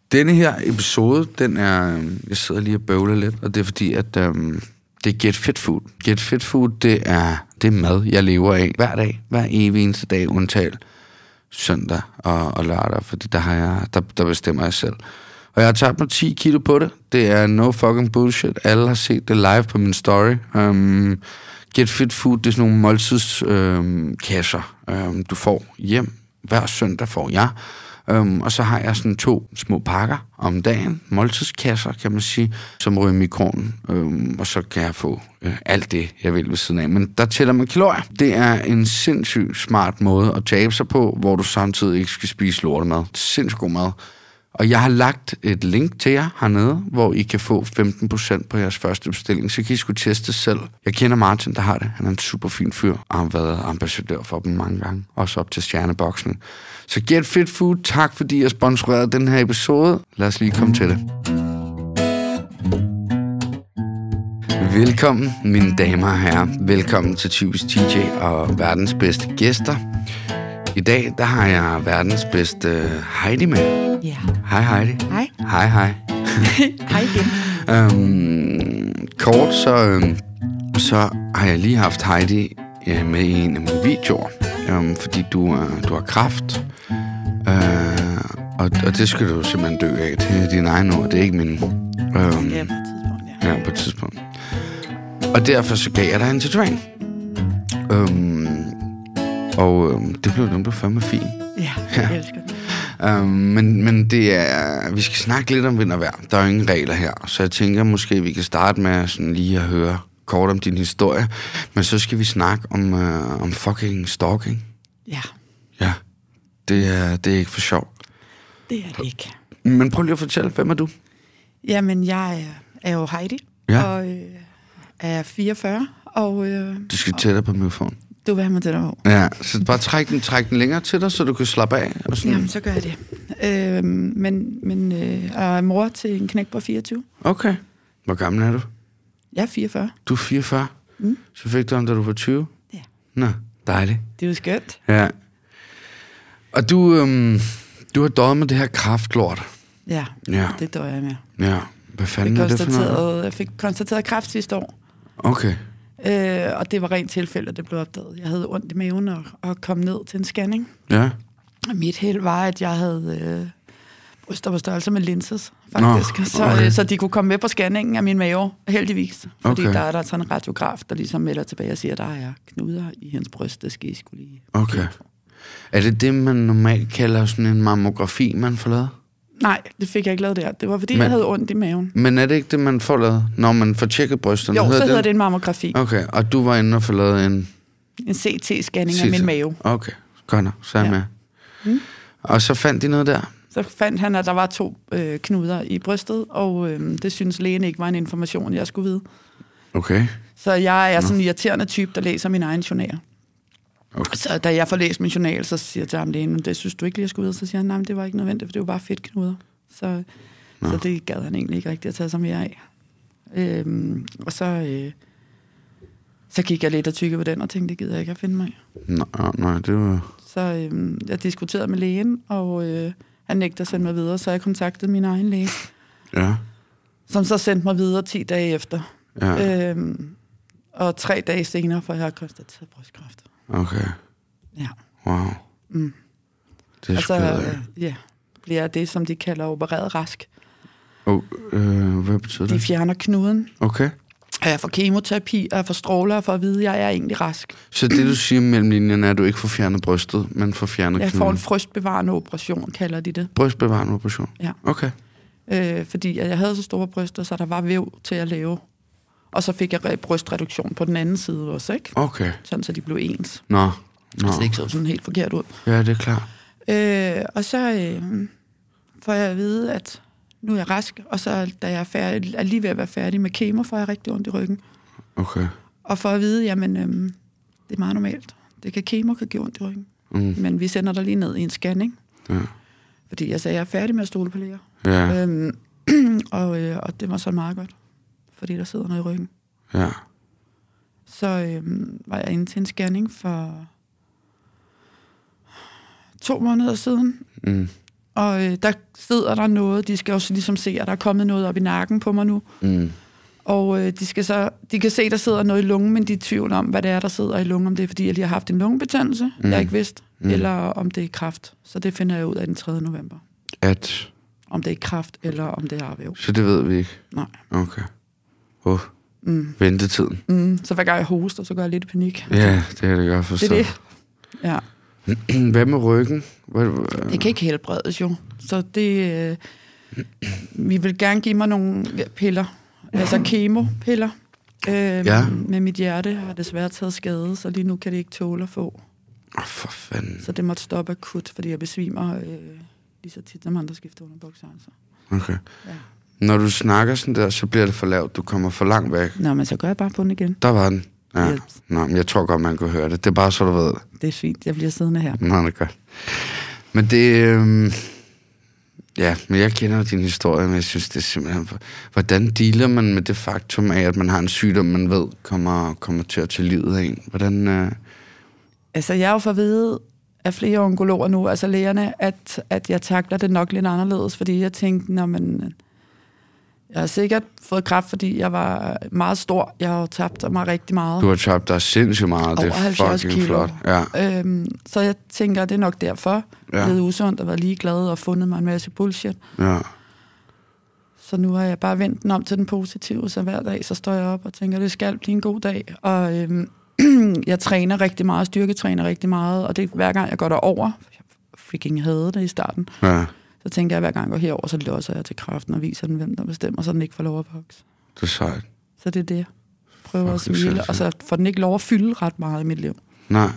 Denne her episode, den er... Jeg sidder lige og bøvler lidt, og det er fordi, at det er Get Fit Food. Get Fit Food, det er mad, jeg lever af hver dag. Hver evig eneste dag, undtagen søndag og lørdag, fordi der bestemmer jeg selv. Og jeg har tabt mig 10 kilo på det. Det er no fucking bullshit. Alle har set det live på min story. Get Fit Food, det er sådan nogle måltidskasser, du får hjem. Hver søndag får jeg. Og så har jeg sådan 2 små pakker om dagen. Måltidskasser, kan man sige, som ryger i mikroen. Og så kan jeg få alt det, jeg vil ved siden af. Men der tæller man kalorier. Det er en sindssygt smart måde at tabe sig på, hvor du samtidig ikke skal spise lortemad. Sindssygt god mad. Og jeg har lagt et link til jer hernede, hvor I kan få 15% på jeres første bestilling. Så kan I sgu teste selv. Jeg kender Martin, der har det. Han er en super fin fyr, og har været ambassadør for dem mange gange. Også op til stjerneboksen. Så Get Fit Food, tak fordi jeg sponsorerede den her episode. Lad os lige komme til det. Velkommen, mine damer og herrer. Velkommen til Typisk TJ og verdens bedste gæster. I dag, der har jeg verdens bedste Heidi med. Ja. Hej Heidi. Hej. Hej, hej. Hej igen. Kort, så har jeg lige haft Heidi med i en af mine videoer, fordi du har kræft, og det skal du simpelthen dø af. Det er dine egne ord, det er ikke mine. Ja, på et tidspunkt, ja. Ja, på et tidspunkt. Og derfor så gav jeg dig en tatovering. Det blev fandme fint. Ja, jeg elsker det. Men det er... Vi skal snakke lidt om vind og vejr. Der er jo ingen regler her. Så jeg tænker måske, vi kan starte med sådan lige at høre kort om din historie. Men så skal vi snakke om fucking stalking. Ja. Ja. Det er ikke for sjov. Det er det ikke. Men prøv lige at fortælle, hvem er du? Jamen, jeg er jo Heidi. Ja. Og er 44. Og Du skal tættere på mikrofonen. du vil have mig til dig på. Ja, så bare træk den længere til dig, så du kan slappe af. Og sådan. Jamen, så gør jeg det. Men er mor til en knægt på 24. Okay. Hvor gammel er du? Jeg er 44. Du er 44? Så fik du ham, da du var 20? Ja. Nå, dejligt. Det er jo skønt. Ja. Og du har døjet med det her kræftlort. Ja, Ja. det dør jeg med. Ja. Hvad fanden er det for noget? Jeg fik konstateret kræft sidste år. Okay. Og det var rent tilfælde, at det blev opdaget. Jeg havde ondt i maven og kom ned til en scanning. Ja. Og mit held var, at jeg havde bryster på størrelse med linses, faktisk. Nå, okay. Så de kunne komme med på scanningen af min mave, heldigvis. Fordi Okay. der er sådan en radiograf, der ligesom melder tilbage og siger, at der er knuder i hendes bryst, det skal I skulle lige... Okay. Er det, man normalt kalder sådan en mammografi, man får lavet? Nej, det fik jeg ikke lavet der. Det var, fordi jeg havde ondt i maven. Men er det ikke det, man får lavet, når man får tjekket brysterne? Jo, så hedder det en mammografi. Okay, og du var inde og få lavet en... En CT-scanning af min mave. Okay, godt nok, så er jeg med. Og så fandt de noget der? Så fandt han, at der var 2 knuder i brystet, og det synes lægen ikke var en information, jeg skulle vide. Okay. Så jeg er sådan en irriterende type, der læser min egen journal. Okay. Så da jeg får læst min journal, så siger jeg til ham lægen, det synes du ikke lige, jeg skulle vide? Så siger han, nej, men det var ikke nødvendigt, for det var bare fedtknuder. Så det gad han egentlig ikke rigtig at tage sig mere af. Og så gik jeg lidt og tykkede på den, og tænkte, det gider jeg ikke at finde mig. Nej, det var... Så jeg diskuterede med lægen, og han nægtede at sende mig videre, så jeg kontaktede min egen læge. Ja. Som så sendte mig videre 10 dage efter. Ja. Og 3 dage senere, for jeg har konstateret brystkræft. Okay. Ja. Wow. Det er sgu ja, bliver det, som de kalder opereret rask. Hvad betyder det? De fjerner knuden. Okay. Og jeg får kemoterapi, og jeg får stråler for at vide, at jeg er egentlig rask. Så det, du siger mellem linjerne, er, at du ikke får fjernet brystet, men får fjernet knuden? Jeg får en brystbevarende operation, kalder de det. Brystbevarende operation? Ja. Okay. Fordi jeg havde så store bryster, så der var væv til at lave. Og så fik jeg brystreduktion på den anden side også, ikke? Okay. Sådan, så de blev ens. Nå. Så det ikke så sådan helt forkert ud. Ja, det er klart. Og så får jeg at vide, at nu er jeg rask, og så da jeg er lige ved at være færdig med kemo, får jeg rigtig ondt i ryggen. Okay. Og for at vide, jamen, det er meget normalt. Kemo kan give ondt i ryggen. Men vi sender dig lige ned i en scanning. Ja. Fordi jeg sagde, jeg er færdig med at stole på læger. Ja. Og det var så meget godt, fordi der sidder noget i ryggen. Ja. Så var jeg inde til en scanning for 2 måneder siden. og der sidder der noget. De skal også ligesom se, at der er kommet noget op i nakken på mig nu. Og de kan se, der sidder noget i lungen, men de er i tvivl om, hvad det er, der sidder i lungen. Om det er, fordi jeg lige har haft en lungebetændelse, jeg ikke vidste, eller om det er kræft. Så det finder jeg ud af den 3. november. Om det er kræft, eller om det er arvæv. Så det ved vi ikke? Nej. Okay. Ventetiden. Så hver gang jeg hoster, så går jeg lidt i panik. Ja, det kan jeg godt forstå. Det er det. Ja. Hvad med ryggen? Det kan ikke helbredes jo. Så det... vi vil gerne give mig nogle piller. Altså kemopiller. Med mit hjerte har desværre taget skade, så lige nu kan det ikke tåle at få. For fanden. Så det måtte stoppe akut, fordi jeg besvimer lige så tit, som andre skifter under bukser. Altså. Okay. Ja. Når du snakker sådan der, så bliver det for lavt. Du kommer for langt væk. Nå, men så gør jeg bare på den igen. Der var den. Ja. Nå, men jeg tror godt, man kunne høre det. Det er bare så, du ved. Det er fint. Jeg bliver siddende her. Nå, det er godt. Men det... ja, men jeg kender din historie, men jeg synes, det er simpelthen... Hvordan dealer man med det faktum af, at man har en sygdom, man ved kommer til at tage livet af en? Hvordan... Altså, jeg er jo for at vide af flere onkologer nu, altså lægerne, at jeg takler det nok lidt anderledes, fordi jeg tænkte, jeg har sikkert fået kræft, fordi jeg var meget stor. Jeg har jo tabt mig rigtig meget. Du har tabt dig sindssygt meget. Over det er fucking kilo. Flot. Ja. Så jeg tænker, det er nok derfor. Jeg er lidt usundt og været ligeglad og fundet mig en masse bullshit. Ja. Så nu har jeg bare vendt den om til den positive, så hver dag så står jeg op og tænker, det skal blive en god dag. Og jeg træner rigtig meget, styrketræner rigtig meget, og det er hver gang jeg går derover. Jeg freaking havde det i starten. Ja. Så tænker jeg, hver gang jeg går herover, så låser jeg til kræften og viser den, hvem der bestemmer, så den ikke får lov at vokse. Det er sejt. Så det er det. Prøver at smile, og så får den ikke lov at fylde ret meget i mit liv. Nej.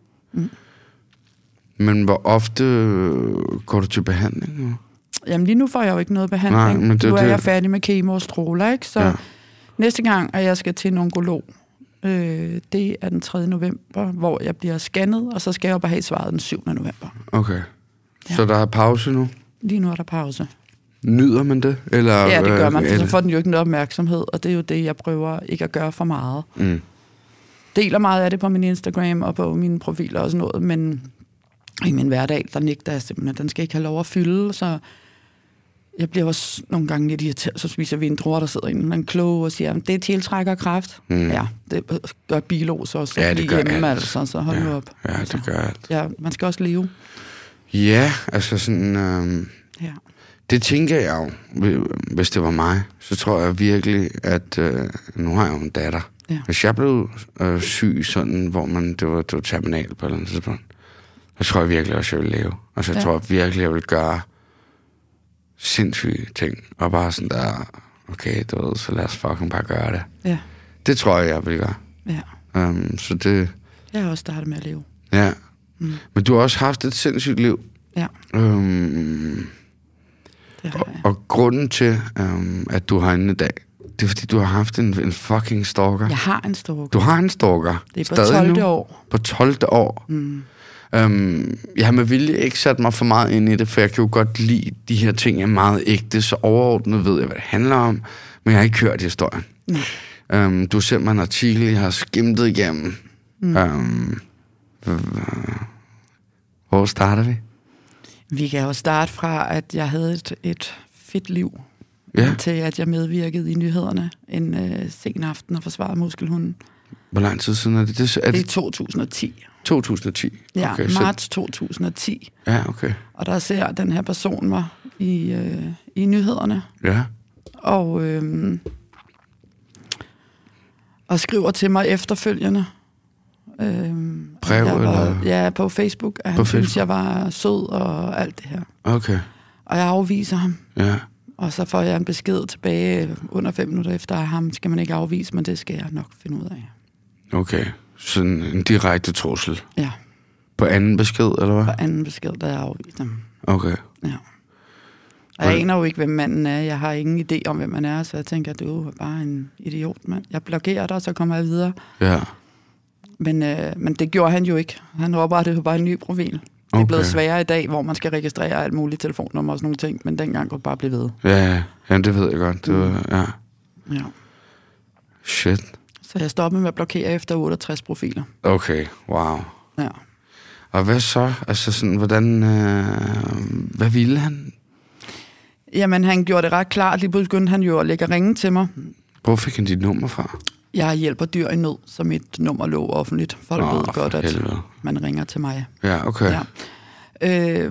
Men hvor ofte går du til behandling? Jamen lige nu får jeg jo ikke noget behandling. Nej, men nu er jeg færdig med kemo og stråler, ikke? Så næste gang, at jeg skal til en onkolog, det er den 3. november, hvor jeg bliver scannet, og så skal jeg bare have svaret den 7. november. Okay. Ja. Så der er pause nu? Lige nu er der pause. Nyder man det? Eller, ja, det gør man, for så får den jo ikke noget opmærksomhed, og det er jo det, jeg prøver ikke at gøre for meget. Deler meget af det på min Instagram og på mine profiler og sådan noget, men i min hverdag, der nægter jeg simpelthen, at den skal ikke have lov at fylde, så jeg bliver også nogle gange lidt irriteret, så viser vi en dror, der sidder inde, en klog og siger, det tiltrækker kræft. Ja, det gør bilos også. Ja, det gør hjemme, altså, så hold nu op. Ja, det gør alt. Ja, man skal også leve. Ja, altså sådan... Det tænker jeg jo, hvis det var mig, så tror jeg virkelig, at nu har jeg jo en datter. Ja. Hvis jeg blev syg sådan, hvor det var terminal på et eller andet tidspunkt, så tror jeg virkelig også, jeg ville leve. Altså jeg tror virkelig, jeg ville gøre sindssyge ting. Og bare sådan der, okay, du ved, så lad os fucking bare gøre det. Ja. Det tror jeg vil gøre. Ja. Så det... Jeg har også startet med at leve. Ja. Men du har også haft et sindssygt liv. Ja. Og grunden til, at du har hende i dag, det er, fordi du har haft en fucking stalker. Jeg har en stalker. Du har en stalker. Det er på 12. år. På 12. år. Jeg har med vilje ikke sat mig for meget ind i det, for jeg kan jo godt lide de her ting, er meget ægte, så overordnet ved jeg, hvad det handler om, men jeg har ikke hørt historien. Du sendte mig en artikel, jeg har skimtet igennem. Hvor starter vi? Vi kan jo starte fra, at jeg havde et fedt liv, til at jeg medvirkede i nyhederne en sen aften og forsvarede muskelhunden. Hvor lang tid siden er det? Det er 2010. 2010? Ja, okay, marts 2010. Ja, okay. Og der ser den her person mig i nyhederne. Ja. Og skriver til mig efterfølgende. Brev eller? Ja, på Facebook. Og han synes, jeg var sød og alt det her. Okay. Og jeg afviser ham. Ja. Og så får jeg en besked tilbage under 5 minutter efter ham. Skal man ikke afvise, men det skal jeg nok finde ud af. Okay. Sådan en direkte trussel? Ja. På anden besked, eller hvad? På anden besked, da jeg afviste ham. Okay. Ja. Og jeg aner jo ikke, hvem manden er. Jeg har ingen idé om, hvem man er, så jeg tænker, at du er bare en idiot, mand. Jeg blokerer dig, og så kommer jeg videre. Ja. Men det gjorde han jo ikke. Han oprettede jo bare en ny profil. Det er blevet sværere i dag, hvor man skal registrere alt muligt telefonnummer og sådan nogle ting, men dengang kunne det bare blive ved. Ja, det ved jeg godt. Det var, ja. Shit. Så jeg stoppede med at blokere efter 68 profiler. Okay, wow. Ja. Og hvad så? Altså sådan, hvordan... hvad ville han? Jamen, han gjorde det ret klart. Lige pludselig begyndte han jo at lægge ringe til mig. Hvor fik han dit nummer fra? Jeg hjælper dyr i nød, så mit nummer lå offentligt. Folk ved godt, at man ringer til mig. Ja, okay. Ja.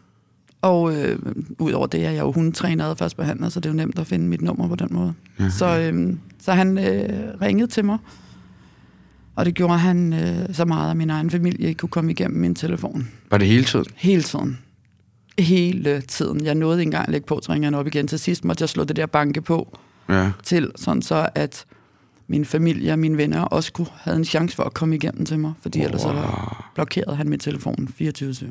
Udover det er jeg jo hundetræner og førstbehandler, så det er jo nemt at finde mit nummer på den måde. Ja. Så han ringede til mig, og det gjorde han så meget, at min egen familie ikke kunne komme igennem min telefon. Var det hele tiden? Hele tiden. Hele tiden. Jeg nåede ikke engang at lægge på, så ringer han op igen. Til sidst måtte jeg slå det der banke på til, sådan så at min familie og mine venner også havde en chance for at komme igennem til mig, fordi ellers så blokerede han min telefon 24/7.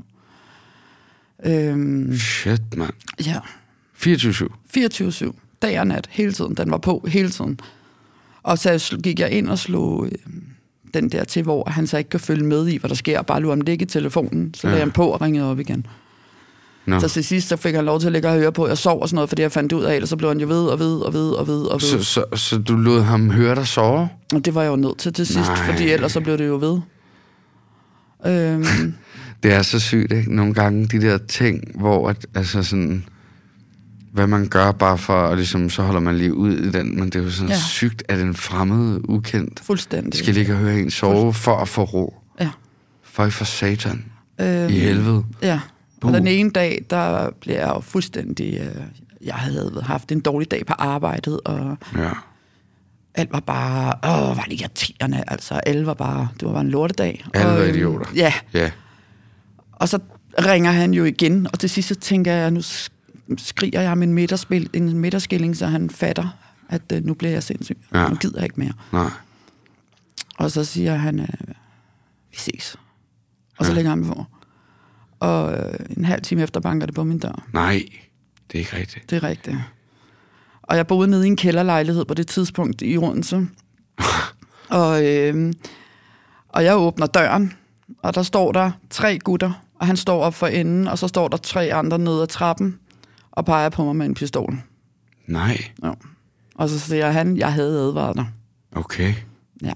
Shit, mand. Ja. 24/7? 24/7. Dag og nat. Hele tiden. Den var på hele tiden. Og så gik jeg ind og slog den der til, hvor han så ikke kan følge med i, hvad der sker, og bare lå ham ligge i telefonen. Så lagde han på og ringede op igen. No. Så til sidst så fik han lov til at ligge og høre på, at jeg sov og sådan noget, fordi jeg fandt ud af, ellers så blev han jo ved. Så du lod ham høre dig sove? Og det var jeg jo nødt til sidst, fordi ellers så blev det jo ved. Det er så sygt, ikke? Nogle gange de der ting, hvor at, altså sådan, hvad man gør bare for, og ligesom, så holder man lige ud i den, men det er jo sådan sygt, at en fremmed, ukendt, fuldstændig skal ligge og høre en sove for at få ro. Ja. For satan. I helvede. Ja. Og den ene dag, der blev jeg jo fuldstændig... jeg havde haft en dårlig dag på arbejdet, og alt var bare... var det irriterende, altså. Alle var bare... Det var bare en lortedag. Alle var idioter. Ja. Og så ringer han jo igen, og til sidst så tænker jeg, nu skriger jeg ham en midterskilling, så han fatter, at nu bliver jeg sindssyg. Ja. Nu gider jeg ikke mere. Nej. Og så siger han, vi ses. Og så lægger han mig på. Og en halv time efter banker det på min dør. Nej, det er ikke rigtigt. Det er rigtigt. Og jeg boede nede i en kælderlejlighed på det tidspunkt i Odense. Og jeg åbner døren, og der står der 3 gutter, og han står op for enden, og så står der 3 andre nede ad trappen, og peger på mig med en pistol. Nej. Ja. Og så siger han, jeg havde advaret dig. Okay. Ja.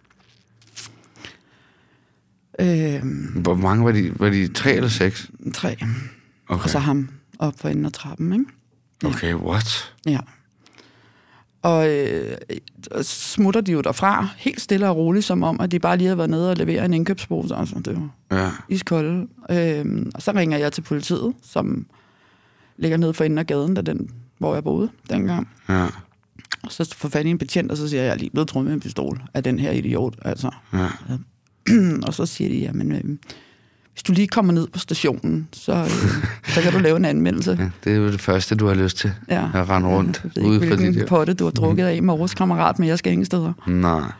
Hvor mange var de? 3 eller 6? 3. Okay. Og så ham op for enden af trappen, ikke? Ja. Okay, what? Ja. Og smutter de jo derfra, helt stille og roligt, som om, at de bare lige havde været nede og levere en indkøbspose. Altså, det var iskolde. Og så ringer jeg til politiet, som ligger nede for enden af gaden, hvor jeg boede dengang. Ja. Og så får fat i en betjent, og så siger jeg er lige blevet trukket med en pistol af den her idiot. Altså. Ja. Og så siger de, jamen, hvis du lige kommer ned på stationen, så kan du lave en anmeldelse. Ja, det er jo det første, du har lyst til, at rende rundt ude for dit hjem. Potte, du har drukket af med vores kammerat, men jeg skal ingen steder. Nej.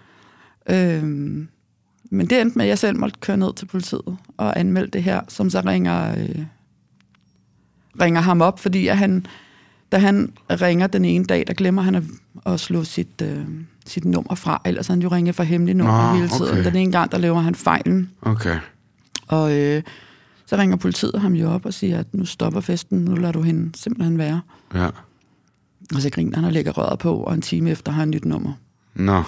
Men det endte med, at jeg selv måtte køre ned til politiet og anmelde det her, som så ringer ham op, fordi da han ringer den ene dag, der glemmer han at slå sit nummer fra, ellers han jo ringer for hemmelig nummer hele tiden. Okay. Den ene gang, der laver han fejlen. Okay. Og så ringer politiet ham jo op og siger, at nu stopper festen, nu lader du hende simpelthen være. Ja. Og så griner han og lægger røret på, og en time efter har han nyt nummer. Nå.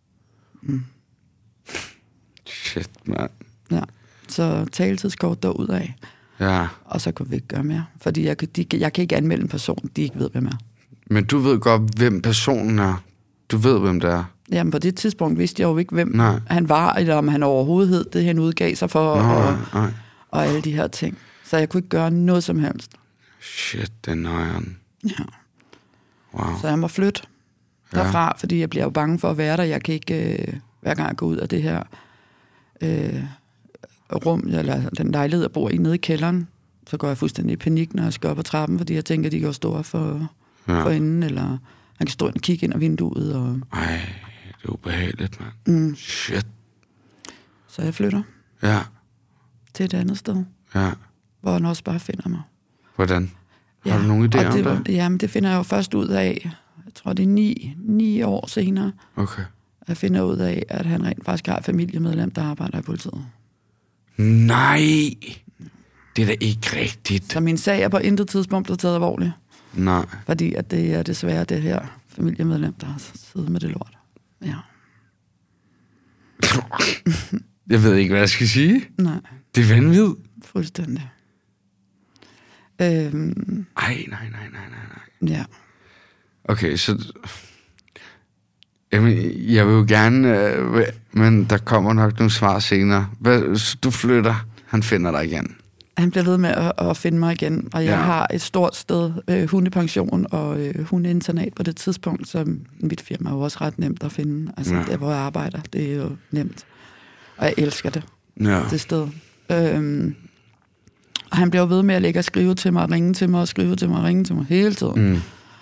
Shit, mand. Ja, så taletidskort derudad. Ja. Og så kunne vi ikke gøre mere. Fordi jeg kan ikke anmelde en person, de ikke ved, hvem er. Men du ved godt, hvem personen er. Du ved, hvem det er. Jamen, på det tidspunkt vidste jeg jo ikke, hvem han var, eller om han overhovedet hed det, han udgav sig for, og alle de her ting. Så jeg kunne ikke gøre noget som helst. Shit, den nøjeren. Ja. Wow. Så jeg må flytte derfra, fordi jeg bliver jo bange for at være der. Jeg kan ikke, hver gang jeg går ud af det her rum, eller den lejlighed, jeg bor i, nede i kælderen, så går jeg fuldstændig i panik, når jeg skal op ad trappen, fordi jeg tænker, at de kan stå for enden, eller han kan stå ind og kigge ind af vinduet. Og... Ej, det er ubehageligt, mand. Shit. Så jeg flytter. Ja. Til et andet sted. Ja. Hvor han også bare finder mig. Hvordan? Har du nogen idé om det? Jamen, det finder jeg jo først ud af, jeg tror, det er 9 år senere. Okay. Jeg finder ud af, at han rent faktisk har et familiemedlem, der arbejder i politiet. Nej! Det er da ikke rigtigt. Så min sag er på intet tidspunkt blevet taget alvorligt. Nej. Fordi at det er desværre det her familiemedlem, der har siddet med det lort. Ja. Jeg ved ikke, hvad jeg skal sige. Nej. Det er vanvid. Fuldstændig. Nej. Ja. Okay, så... Jamen, jeg vil jo gerne... men der kommer nok nogle svar senere. Du flytter, han finder dig igen. Han bliver ved med at finde mig igen, og jeg har et stort sted, hundepension og hundeinternat på det tidspunkt, så mit firma er jo også ret nemt at finde. Altså, der hvor jeg arbejder, det er jo nemt. Og jeg elsker det, det sted. Og han bliver jo ved med at lægge og skrive til mig, og ringe til mig, og skrive til mig, og ringe til mig hele tiden.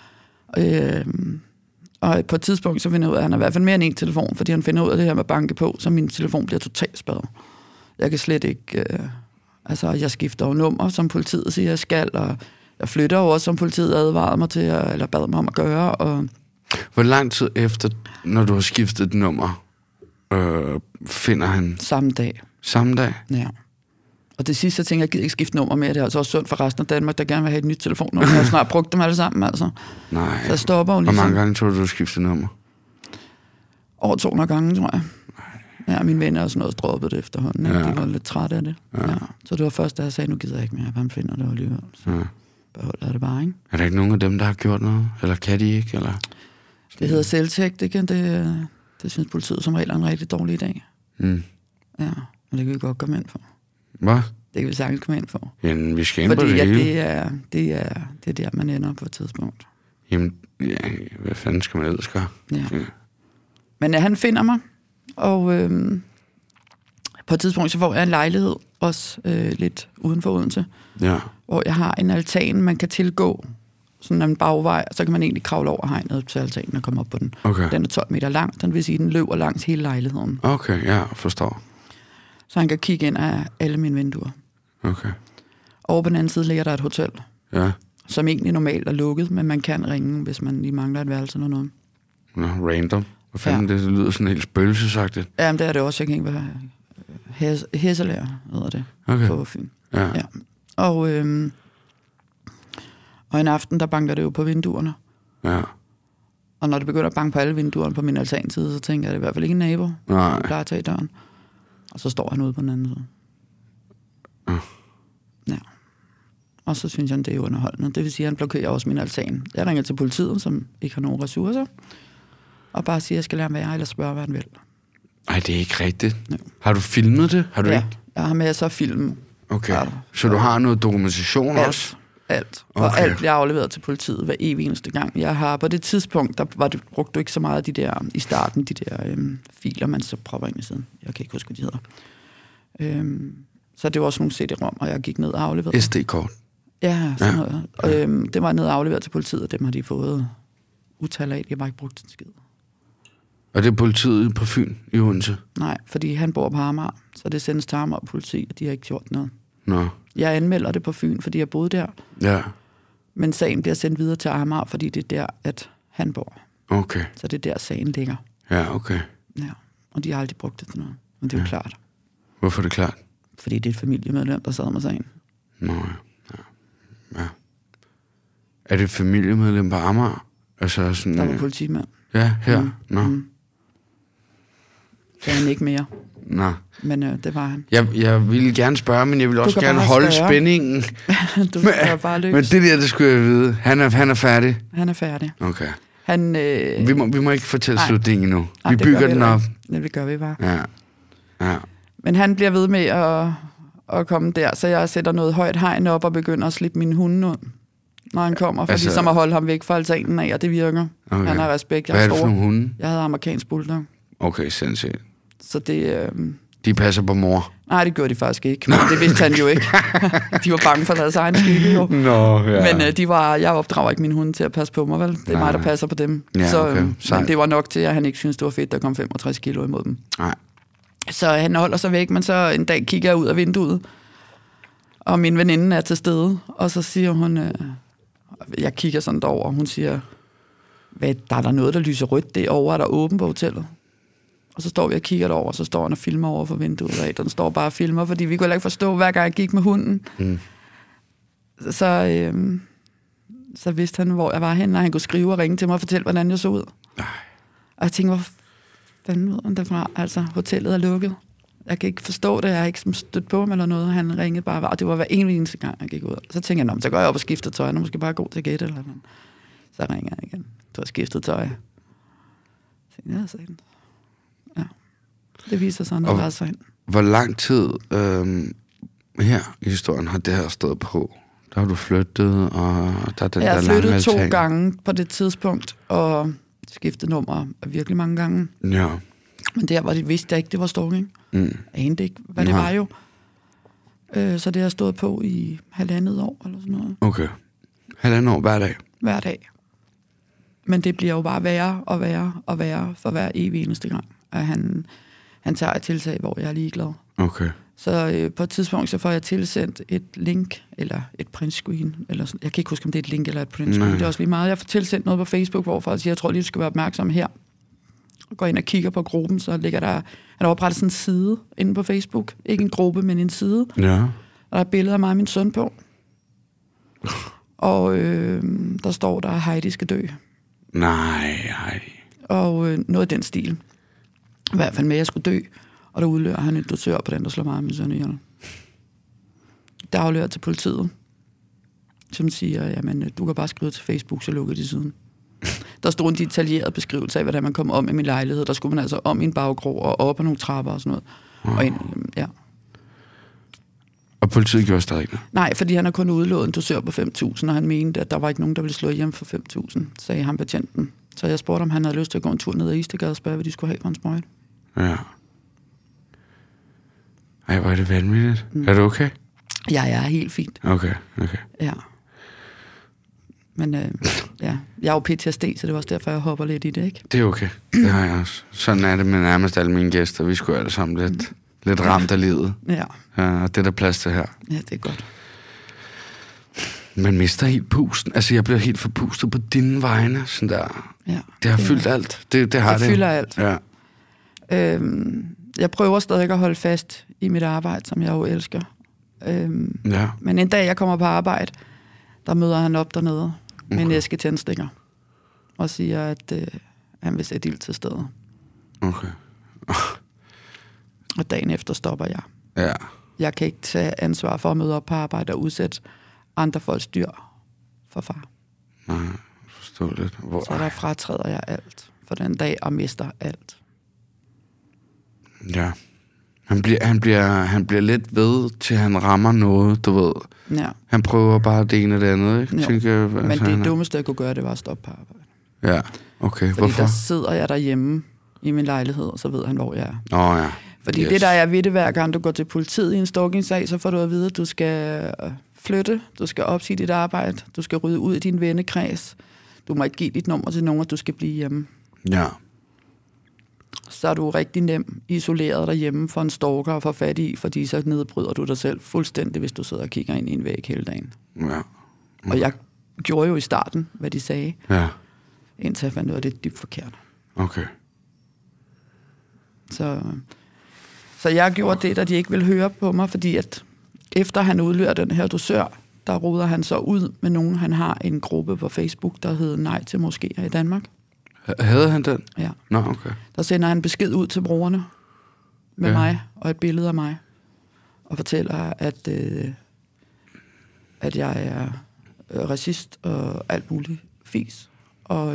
Og på et tidspunkt, så finder jeg ud af, at han har i hvert fald mere end en telefon, fordi han finder ud af det her med banke på, så min telefon bliver totalt spærret. Jeg kan slet ikke... jeg skifter jo nummer, som politiet siger, jeg skal, og jeg flytter jo også, som politiet advarede mig til, eller bad mig om at gøre. Og... Hvor lang tid efter, når du har skiftet nummer, finder han... Samme dag. Samme dag? Ja. Og det sidste, jeg tænker, jeg gider ikke skifte nummer mere. Det er altså også sundt for resten af Danmark, der gerne vil have et nyt telefonnummer. Jeg har snart brugt dem alle sammen, altså. Nej. Så jeg stopper jo ligesom. Hvor mange gange tror du skiftet nummer? Over 200 gange, tror jeg. Ja, mine venner og sådan noget droppede det efterhånden. Ja. De var lidt trætte af det. Ja. Så det var først, da jeg sagde, nu gider jeg ikke mere. Hvem finder det alligevel? Så beholder jeg det bare, ikke? Er der ikke nogen af dem, der har gjort noget? Eller kan de ikke? Eller? Det hedder selvtægt, ikke? Det synes politiet som regel er en rigtig dårlig idé. Ja, og det kan vi godt komme ind for. Hvad? Det kan vi sagtens komme ind for. Jamen, vi skal ind på det hele. Det er der, man ender på et tidspunkt. Jamen, hvad fanden skal man ellers gøre? Ja. Men han finder mig, og på et tidspunkt, så får jeg en lejlighed, også lidt uden for Odense, hvor jeg har en altan, man kan tilgå, sådan en bagvej, og så kan man egentlig kravle over hegnet til altanen og komme op på den. Okay. Den er 12 meter lang, den vil sige, den løber langs hele lejligheden. Okay, ja, forstår. Så han kan kigge ind af alle mine vinduer. Okay. Over på den anden side ligger der et hotel, som egentlig normalt er lukket, men man kan ringe, hvis man lige mangler et værelse eller noget. Nå, random. Hvad fanden det lyder sådan helt spøgelsesagtigt. Jamen, det er det også. Jeg kan ikke være Hesselærer, hedder det, på Fyn. Ja. Og en aften, der banker det jo på vinduerne. Ja. Og når det begynder at banke på alle vinduerne på min altanside, så tænker jeg, det er i hvert fald ikke en nabo. Nej. Jeg er klar at tage døren. Og så står han ude på den anden side. Ja. Og så synes han, det er underholdende. Det vil sige, at han blokerer også min altan. Jeg ringer til politiet, som ikke har nogen ressourcer, og bare siger, at jeg skal lade ham være, eller spørge, hvad han vil. Ej, det er ikke rigtigt. Ja. Har du filmet det? Har du ikke? Jeg har med så film. Okay, så du har noget dokumentation også? Alt. Okay. Og alt bliver afleveret til politiet hver evig eneste gang. Jeg har på det tidspunkt, brugte du ikke så meget af de der, i starten, de der filer, man så propper ind i siden. Jeg kan ikke huske, hvad de hedder. Så det var også nogle CD-rom, og jeg gik ned og afleverede. SD-kort? Ja, sådan noget. Og, det var ned og afleveret til politiet, og dem har de fået utal af. Jeg har bare ikke brugt den skid. Og det er politiet på Fyn i Odense? Nej, fordi han bor på Amager, så det sendes til Amager politi, og de har ikke gjort noget. Nå. Jeg anmelder det på Fyn, fordi jeg boede der. Ja. Men sagen bliver sendt videre til Amager, fordi det er der, at han bor. Okay. Så det er der, sagen ligger. Ja, okay. Ja, og de har aldrig brugt det til noget. Og det er jo klart. Hvorfor er det klart? Fordi det er et familiemedlem, der sad med sagen. Nå, ja. Er det et familiemedlem på Amager? Altså sådan... Der var politimand. Ja, her? Nå. Det er han ikke mere. Nå. Men det var han. Jeg ville gerne spørge, men jeg ville også gerne holde spændingen. Du skal bare løs. Men det der, det skulle jeg vide. Han er færdig? Han er færdig. Okay. Han, vi må ikke fortælle slutningen endnu. Vi bygger den op. Det gør vi bare. Ja. Men han bliver ved med at komme der, så jeg sætter noget højt hegn op og begynder at slippe mine hunde ud, når han kommer, for ligesom at holde ham væk fra altanen af, og det virker. Okay. Han har respekt. Hvad er det for nogle hunde? Jeg havde amerikansk bulldog. Okay, sindssygt. Så det... De passer på mor? Nej, det gjorde de faktisk ikke. Men det vidste han jo ikke. De var bange for deres egen skygge, jo. Men jeg opdrager ikke mine hunde til at passe på mig, vel? Det er mig, der passer på dem. Ja, så, okay. Men det var nok til, at han ikke synes det var fedt, der kom 65 kilo imod dem. Nej. Så han holder sig væk, men så en dag kigger jeg ud af vinduet, og min veninde er til stede, og så siger hun, jeg kigger sådan derover, og hun siger, hvad, der er der noget, der lyser rødt derovre, er der åben på hotellet? Og så står vi og kigger derover, og så står han og filmer over for vinduet, og den står bare og filmer, fordi vi kunne heller ikke forstå, hver gang jeg gik med hunden. Så vidste han, hvor jeg var henne, og han kunne skrive og ringe til mig og fortælle, hvordan jeg så ud. Og jeg tænkte, hvor fanden ved han derfra? Altså, hotellet er lukket. Jeg kan ikke forstå det, jeg har ikke stødt på ham eller noget. Han ringede bare, og det var hver eneste gang, jeg gik ud. Så tænkte jeg, så går jeg op og skifter tøj, og måske bare gå til gæt eller noget. Så ringer jeg igen. Du har skiftet tøj. Så tænkte jeg, sagde den. Ja. Det viser sig, at der var så hen. Hvor lang tid her i historien har det her stået på? Der har du flyttet, og der er den jeg der flyttede lange 2 altan. gange på det tidspunkt, og skiftet nummer virkelig mange gange. Ja. Men der var det, vidste jeg ikke, det var stalking. Jeg anede ikke, hvad det Nej. var jo. Så det har stået på i 1,5 år, eller sådan noget. Okay. 1,5 år hver dag? Hver dag. Men det bliver jo bare værre og værre og værre for hver evig eneste gang. At han tager et tiltag, hvor jeg er ligeglad. Okay. Så på et tidspunkt, så får jeg tilsendt et link, eller et printscreen, eller sådan. Jeg kan ikke huske, om det er et link eller et printscreen. Nej. Det er også lige meget. Jeg får tilsendt noget på Facebook, hvor folk siger, jeg tror lige, du skal være opmærksom her. Og går ind og kigger på gruppen, så ligger der... Han har oprettet sådan en side inde på Facebook. Ikke en gruppe, men en side. Ja. Og der er billeder af mig og min søn på. Og der står der, at Heidi skal dø. Nej, Heidi. Og noget af den stil. I hvert fald med, at jeg skulle dø. Og der udlører han en dosør på den, der slår mig og min søn ihjel. Der aflører til politiet, som siger, jamen, du kan bare skrive til Facebook, så lukker de siden. Der stod en detaljeret beskrivelse af, hvordan man kom om i min lejlighed. Der skulle man altså om i en baggrå og op ad nogle trapper og sådan noget. Og ind, ja. Og politiet gjorde stadig ikke. Nej, fordi han har kun udlået en dosør på 5.000, og han mente, at der var ikke nogen, der ville slå hjem for 5.000, sagde han betjenten. Så jeg spurgte, om han havde lyst til at gå en tur ned ad Istegade og spørge, hvad de skulle have for en sprøjt. Ja. Ej, hvor er det vanvittigt. Er du okay? Ja, jeg er helt fint. Okay. Ja. Men ja, jeg er jo PTSD, så det er også derfor, jeg hopper lidt i det, ikke? Det er okay. Det har jeg også. Sådan er det med nærmest alle mine gæster. Vi skulle alle sammen lidt ramt af livet. Ja. Ja, og det er der plads til her. Ja, det er godt. Man mister helt pusten. Altså, jeg bliver helt forpustet på dine vegne. Sådan der. Ja, Det har fyldt alt. Det har det. Det fylder alt. Ja. Jeg prøver stadig at holde fast i mit arbejde, som jeg jo elsker. Ja. Men en dag, jeg kommer på arbejde, der møder han op dernede med en æske tændstikker og siger, at han vil sætte ild til stedet. Okay. Og dagen efter stopper jeg. Ja. Jeg kan ikke tage ansvar for at møde op på arbejde og udsætte andre folks dyr for far. Nej, forståeligt. Så der fratræder jeg alt for den dag og mister alt. Ja. Han bliver lidt ved, til han rammer noget, du ved. Ja. Han prøver bare det ene og det andet, ikke? Jo. Tænker jeg, Men det dummeste, jeg kunne gøre, det var at stoppe på arbejde. Ja, okay. Fordi Hvorfor? der sidder jeg derhjemme i min lejlighed, og så ved han, hvor jeg er. Ja. Fordi det, der er ved det, hver gang du går til politiet i en stalking-sag, så får du at vide, at du skal flytte, du skal opsige dit arbejde, du skal rydde ud i din vennekreds, du må ikke give dit nummer til nogen, og du skal blive hjemme. Ja. Så er du rigtig nem isoleret derhjemme for en stalker at få fat i, fordi så nedbryder du dig selv fuldstændig, hvis du sidder og kigger ind i en væg hele dagen. Ja. Og jeg gjorde jo i starten, hvad de sagde, Ja. indtil jeg fandt ud af, det er dybt forkert. Okay. Så jeg gjorde det, da de ikke ville høre på mig, fordi at efter han udlører den her dosør, der ruder han så ud med nogen. Han har en gruppe på Facebook, der hedder Nej til Moskéer i Danmark. Havde han den? Ja. Nå, okay. Der sender han besked ud til brugerne med mig og et billede af mig, og fortæller, at jeg er racist og alt muligt fis. Og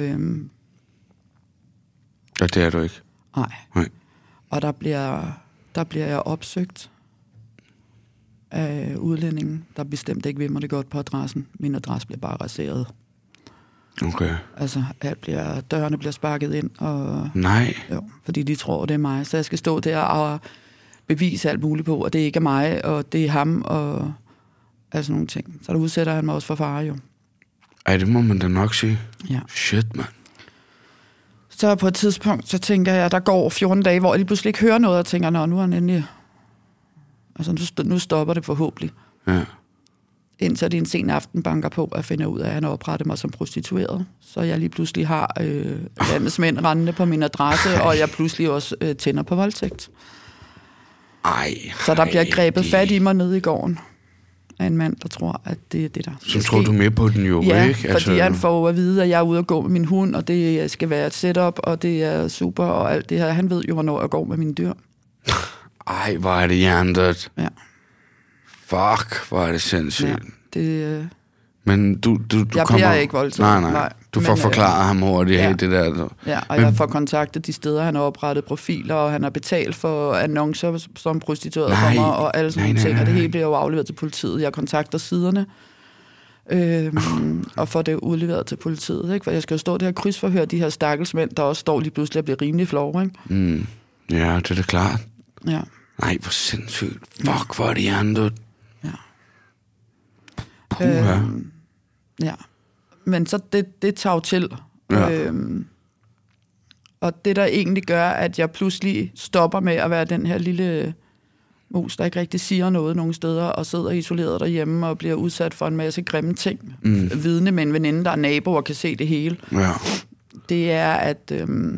Og det er du ikke? nej. Og der bliver jeg opsøgt af udlændingen, der bestemt ikke vil mig det godt på adressen. Min adresse bliver bare raseret. Okay. Altså, dørene bliver sparket ind, og Nej. jo, fordi de tror, det er mig. Så jeg skal stå der og bevise alt muligt på, at det ikke er mig, og det er ham, og altså nogle ting. Så der udsætter han mig også for fare, jo. Ej, det må man da nok sige. Ja. Shit, mand. Så på et tidspunkt, så tænker jeg, at der går 14 dage, hvor jeg lige pludselig ikke hører noget, og tænker, nå, nu er han endelig... Altså, nu stopper det forhåbentlig. Ja. Indtil det en sen aften banker på, at finde ud af, at han har oprettet mig som prostitueret. Så jeg lige pludselig har landets mænd rendende på min adresse, og jeg pludselig også tænder på voldtægt. Ej. Så der bliver grebet fat i mig nede i gården af en mand, der tror, at det er det, der Som tror du med på den jo, ja, ikke? Altså... fordi han får at vide, at jeg er ude og gå med min hund, og det skal være et setup, og det er super, og alt det her. Han ved jo, hvornår jeg går med mine dyr. Ej, hvor er det hjernedødt. Ja. Fuck, hvor er det sindssygt. Ja, det... Men du jeg kommer... bliver ikke voldtaget. Nej. Du får forklaret ham hurtigt, ja. det der. Ja, og jeg får kontaktet de steder, han har oprettet profiler, og han har betalt for annoncer som prostitueret for mig, og alle sådan nogle ting, og det hele bliver jo afleveret til politiet. Jeg kontakter siderne, og får det udleveret til politiet, ikke? For jeg skal jo stå det her krydsforhør, de her stakkelsmænd, der også står lige pludselig og bliver rimelig flove, ikke? Mm. Ja, det er da klart. Ja. Nej, hvor sindssygt. Fuck, hvor er det hjernedødt. Ja. Ja. Men så det tager jo til. Ja. Og det, der egentlig gør, at jeg pludselig stopper med at være den her lille mus, der ikke rigtig siger noget nogen steder, og sidder isoleret derhjemme og bliver udsat for en masse grimme ting. Vidne med en veninde, der er nabo og kan se det hele. Ja. Det er, at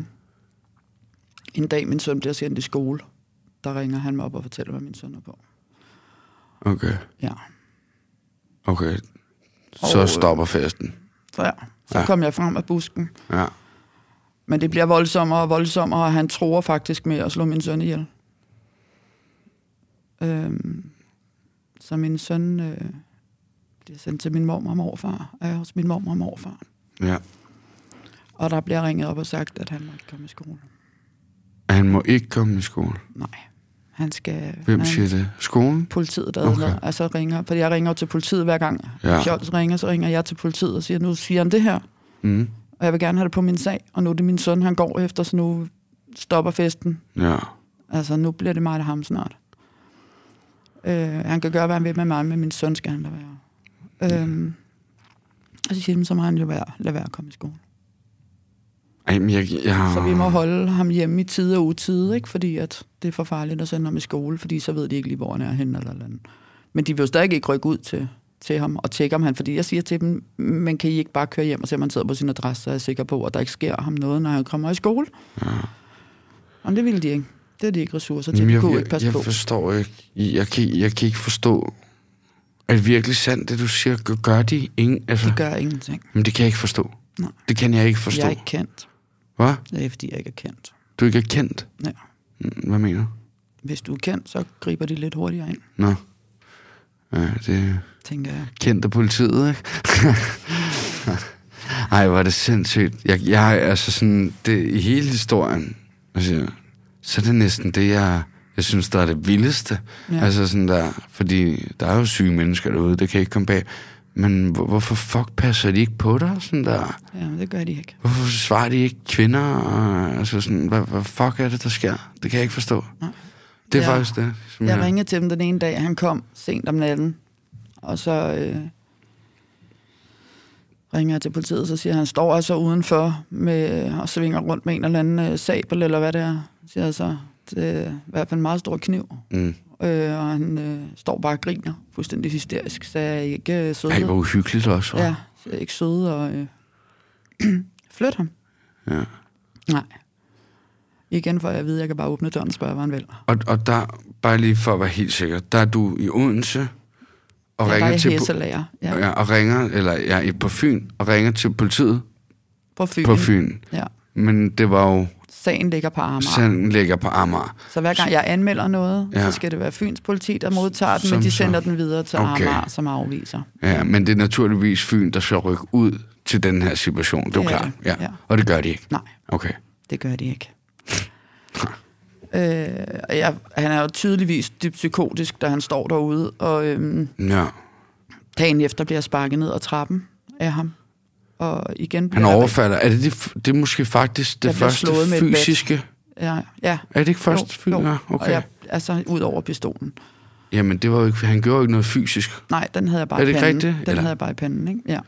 en dag min søn bliver sendt i skole, der ringer han mig op og fortæller, hvad min søn er på. Okay. Ja. Okay. Så stopper festen. Så kom jeg frem af busken. Ja. Men det bliver voldsommere og voldsommere, og han tror faktisk med at slå min søn ihjel. Så min søn bliver sendt til min mormor og morfar. Er hos min mormor og morfar. Ja. Og der bliver ringet op og sagt, at han må ikke komme i skole. Han må ikke komme i skole? Nej. Han skal... Hvem siger det? Skolen? Politiet, der okay. Altså ringer. Fordi jeg ringer til politiet hver gang. Ja. Scholz ringer, så ringer jeg til politiet og siger, nu siger han det her. Mm. Og jeg vil gerne have det på min sag. Og nu er det min søn, han går efter, så nu stopper festen. Ja. Altså, nu bliver det mig og ham snart. Han kan gøre, hvad han vil med mig, men min søn skal han lade være. Og så siger de, så må han jo lade være at komme i skole. Ej, men Så vi må holde ham hjemme i tide og utide, ikke? Fordi at det er for farligt at sende ham i skole, fordi så ved de ikke lige, hvor han er henne eller andet. Men de vil jo stadig ikke rykke ud til ham og tjekke om han, fordi jeg siger til dem, men kan I ikke bare køre hjem og se, om han sidder på sin adresse, så er jeg sikker på, at der ikke sker ham noget, når han kommer i skole. Ja. Og det vil de ikke. Det er de ikke ressourcer til. De kunne ikke passe på. Jeg forstår ikke. Jeg kan ikke forstå. Er det virkelig sandt, det du siger? Gør de ingen? Altså, de gør ingenting. Men det kan jeg ikke forstå. Nej. Det kan jeg ikke forstå. Jeg er ikke kendt. Hvad? Det er, fordi jeg ikke er kendt. Du ikke er kendt? Ja. Hvad mener du? Hvis du er kendt, så griber de lidt hurtigere ind. Nå. Ja, det tænker jeg. Kendt af politiet, ikke? Ej, hvor er det sindssygt. Jeg altså sådan, det, i hele historien, altså, så er det næsten det, jeg synes, der er det vildeste. Ja. Altså sådan der, fordi der er jo syge mennesker derude, det kan ikke komme bag. Men hvorfor fuck passer de ikke på dig? Sådan der? Ja, det gør de ikke. Hvorfor svarer de ikke kvinder? Og, altså sådan, hvad fuck er det, der sker? Det kan jeg ikke forstå. Nej. Det er faktisk det. Jeg ringede til dem den ene dag, han kom sent om natten. Og så ringer jeg til politiet, så siger han, står altså udenfor med, og svinger rundt med en eller anden sabel, eller hvad det er. Så siger jeg så, det er i hvert fald en meget stor kniv. Mm. Og han står bare og griner, fuldstændig hysterisk, så jeg ikke søde. Ej, hvor uhyggeligt også. Ja, så jeg ikke søde og flytte ham. Ja. Nej. Igen for at vide, at jeg kan bare åbne døren og spørge, hvad han vil. Og der, bare lige for at være helt sikker, der er du i Odense og ringer til og ringer, eller på Fyn, og ringer til politiet på Fyn. Ja. Men det var jo... Sagen ligger på Amager. Så hver gang jeg anmelder noget, så skal det være Fyns politi, der modtager den, men de sender den videre til Amager, som afviser. Ja, men det er naturligvis Fyn, der skal rykke ud til den her situation. Det er jo klart. Ja. Og det gør de ikke? Nej, okay. Det gør de ikke. Han er jo tydeligvis dybt psykotisk, da han står derude, og dagen efter bliver sparket ned ad trappen af ham. Og igen han overfalder. Er det er måske faktisk det første fysiske? Ja. Er det ikke først fysisk? Ja, okay. Altså ud over pistolen. Jamen, det var jo ikke, han gjorde jo ikke noget fysisk. Nej, den havde jeg bare i panden. Er det ikke rigtigt? Den havde jeg bare i panden, ikke? Ja.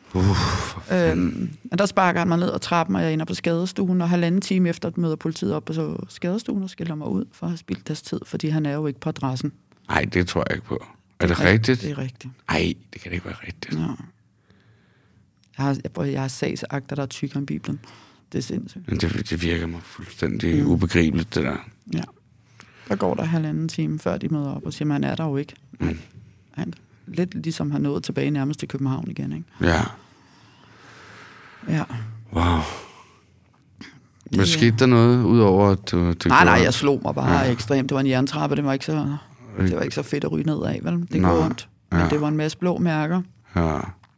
Men der sparker han mig ned ad trappen, og jeg ender på skadestuen, og 1,5 time efter møder politiet op på skadestuen og skiller mig ud for at have spildt deres tid, fordi han er jo ikke på adressen. Nej, det tror jeg ikke på. Er det rigtigt? Det er rigtigt. Nej, det kan det ikke være rigtigt. Ja. Jeg har sagsakter, der er tykkere end Bibelen. Det er sindssygt. Men det virker mig fuldstændig ubegribeligt, det der. Ja. Der går der 1,5 time, før de møder op og siger, man er der jo ikke. Han lidt ligesom har nået tilbage nærmest til København igen, ikke? Ja. Ja. Wow. Hvad skete der noget, udover at du... Nej, jeg slog mig bare ekstremt. Det var en jerntrappe, det var ikke så fedt at ryge ned af, vel? Det går ondt. Men det var en masse blå mærker. Ja.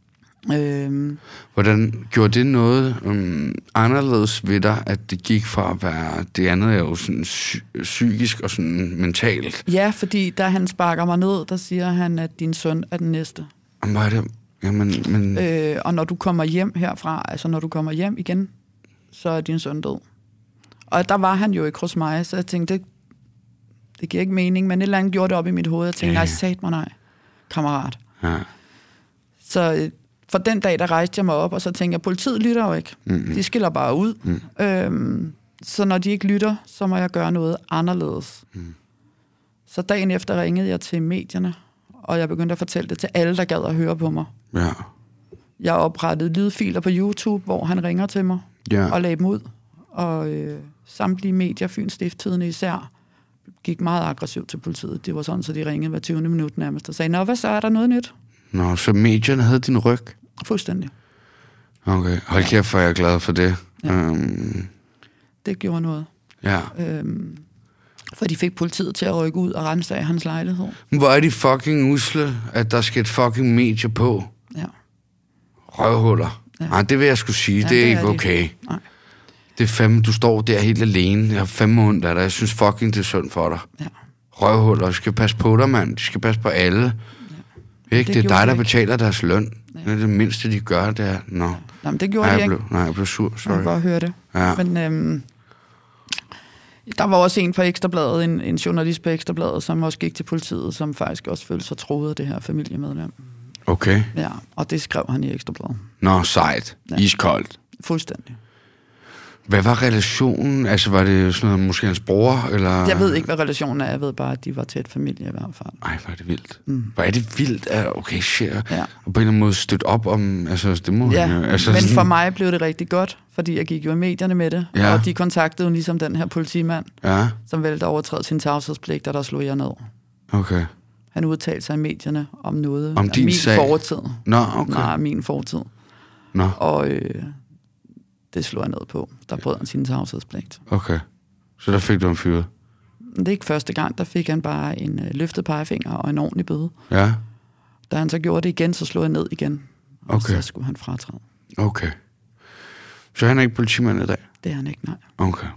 Hvordan gjorde det noget anderledes ved dig, at det gik fra at være... Det andet er jo sådan psykisk og sådan mentalt. Ja, fordi da han sparker mig ned, der siger han, at din søn er den næste. Hvad er det? Jamen. Og når du kommer hjem herfra, altså når du kommer hjem igen, så er din søn død. Og der var han jo ikke hos mig, så jeg tænkte, det giver ikke mening, men et eller andet gjorde det op i mit hoved. Jeg tænkte, nej, sat mig nej, kammerat. Ja. Så for den dag, der rejste jeg mig op, og så tænkte jeg, politiet lytter jo ikke. De skiller bare ud. Så når de ikke lytter, så må jeg gøre noget anderledes. Så dagen efter ringede jeg til medierne, og jeg begyndte at fortælle det til alle, der gad at høre på mig. Ja. Jeg oprettede lydfiler på YouTube, hvor han ringer til mig og lagde dem ud. Og samtlige medier, Fyns Stiftstidende især, gik meget aggressivt til politiet. Det var sådan, så de ringede hver 20. minut nærmest og sagde, nå, hvad så, er der noget nyt? Nå, så medierne havde din ryg? Fuldstændig. Okay, hold kæft, for jeg er glad for det. Ja. Det gjorde noget. Ja. For de fik politiet til at rykke ud og ransage hans lejlighed. Hvor er de fucking usle, at der skal et fucking medie på? Ja. Røvhuller. Ja. Nej, det vil jeg skulle sige. Ja, det er ikke okay. Nej. Det er fandme, du står der helt alene. Jeg har 5 måneder der. Jeg synes fucking, det er synd for dig. Ja. Røvhuller. Du skal passe på dig, mand. De skal passe på alle. Ja. Ikke? Det er dig, der betaler deres løn. Ja. Det er det mindste, de gør, det er... Nå. Nej, men det gjorde jeg ikke. Jeg blev sur, sorry. Jeg kan godt høre det. Ja. Men der var også en på Ekstrabladet, en journalist på Ekstrabladet, som også gik til politiet, som faktisk også følte sig troet af det her familiemedlem. Okay. Ja, og det skrev han i Ekstrabladet. Nå, sejt. Ja. Iskoldt. Fuldstændig. Hvad var relationen? Altså, var det sådan noget, måske hans bror, eller... Jeg ved ikke, hvad relationen er. Jeg ved bare, at de var tæt familie i hvert fald. Ej, hvor er det vildt. Hvor er det vildt, at okay, shit. Ja. Og på en eller anden måde støtte op om... Altså, det må altså, men for mig blev det rigtig godt, fordi jeg gik jo i medierne med det. Ja. Og de kontaktede jo ligesom den her politimand, som valgte at overtræde sin tavshedspligt, og der slog jeg ned. Okay. Han udtalte sig i medierne om noget om din min sag? Fortid. Nå, okay. Nej, min fortid. Nå. Og... det slog jeg ned på. Der brød han sin tavshedspligt. Okay. Så der fik du en fyret? Det er ikke første gang. Der fik han bare en løftet pegefinger og en ordentlig bøde. Ja. Da han så gjorde det igen, så slog jeg ned igen. Og okay. så skulle han fratræde. Okay. Så han er ikke politimand i dag? Det er han ikke, nej. Okay.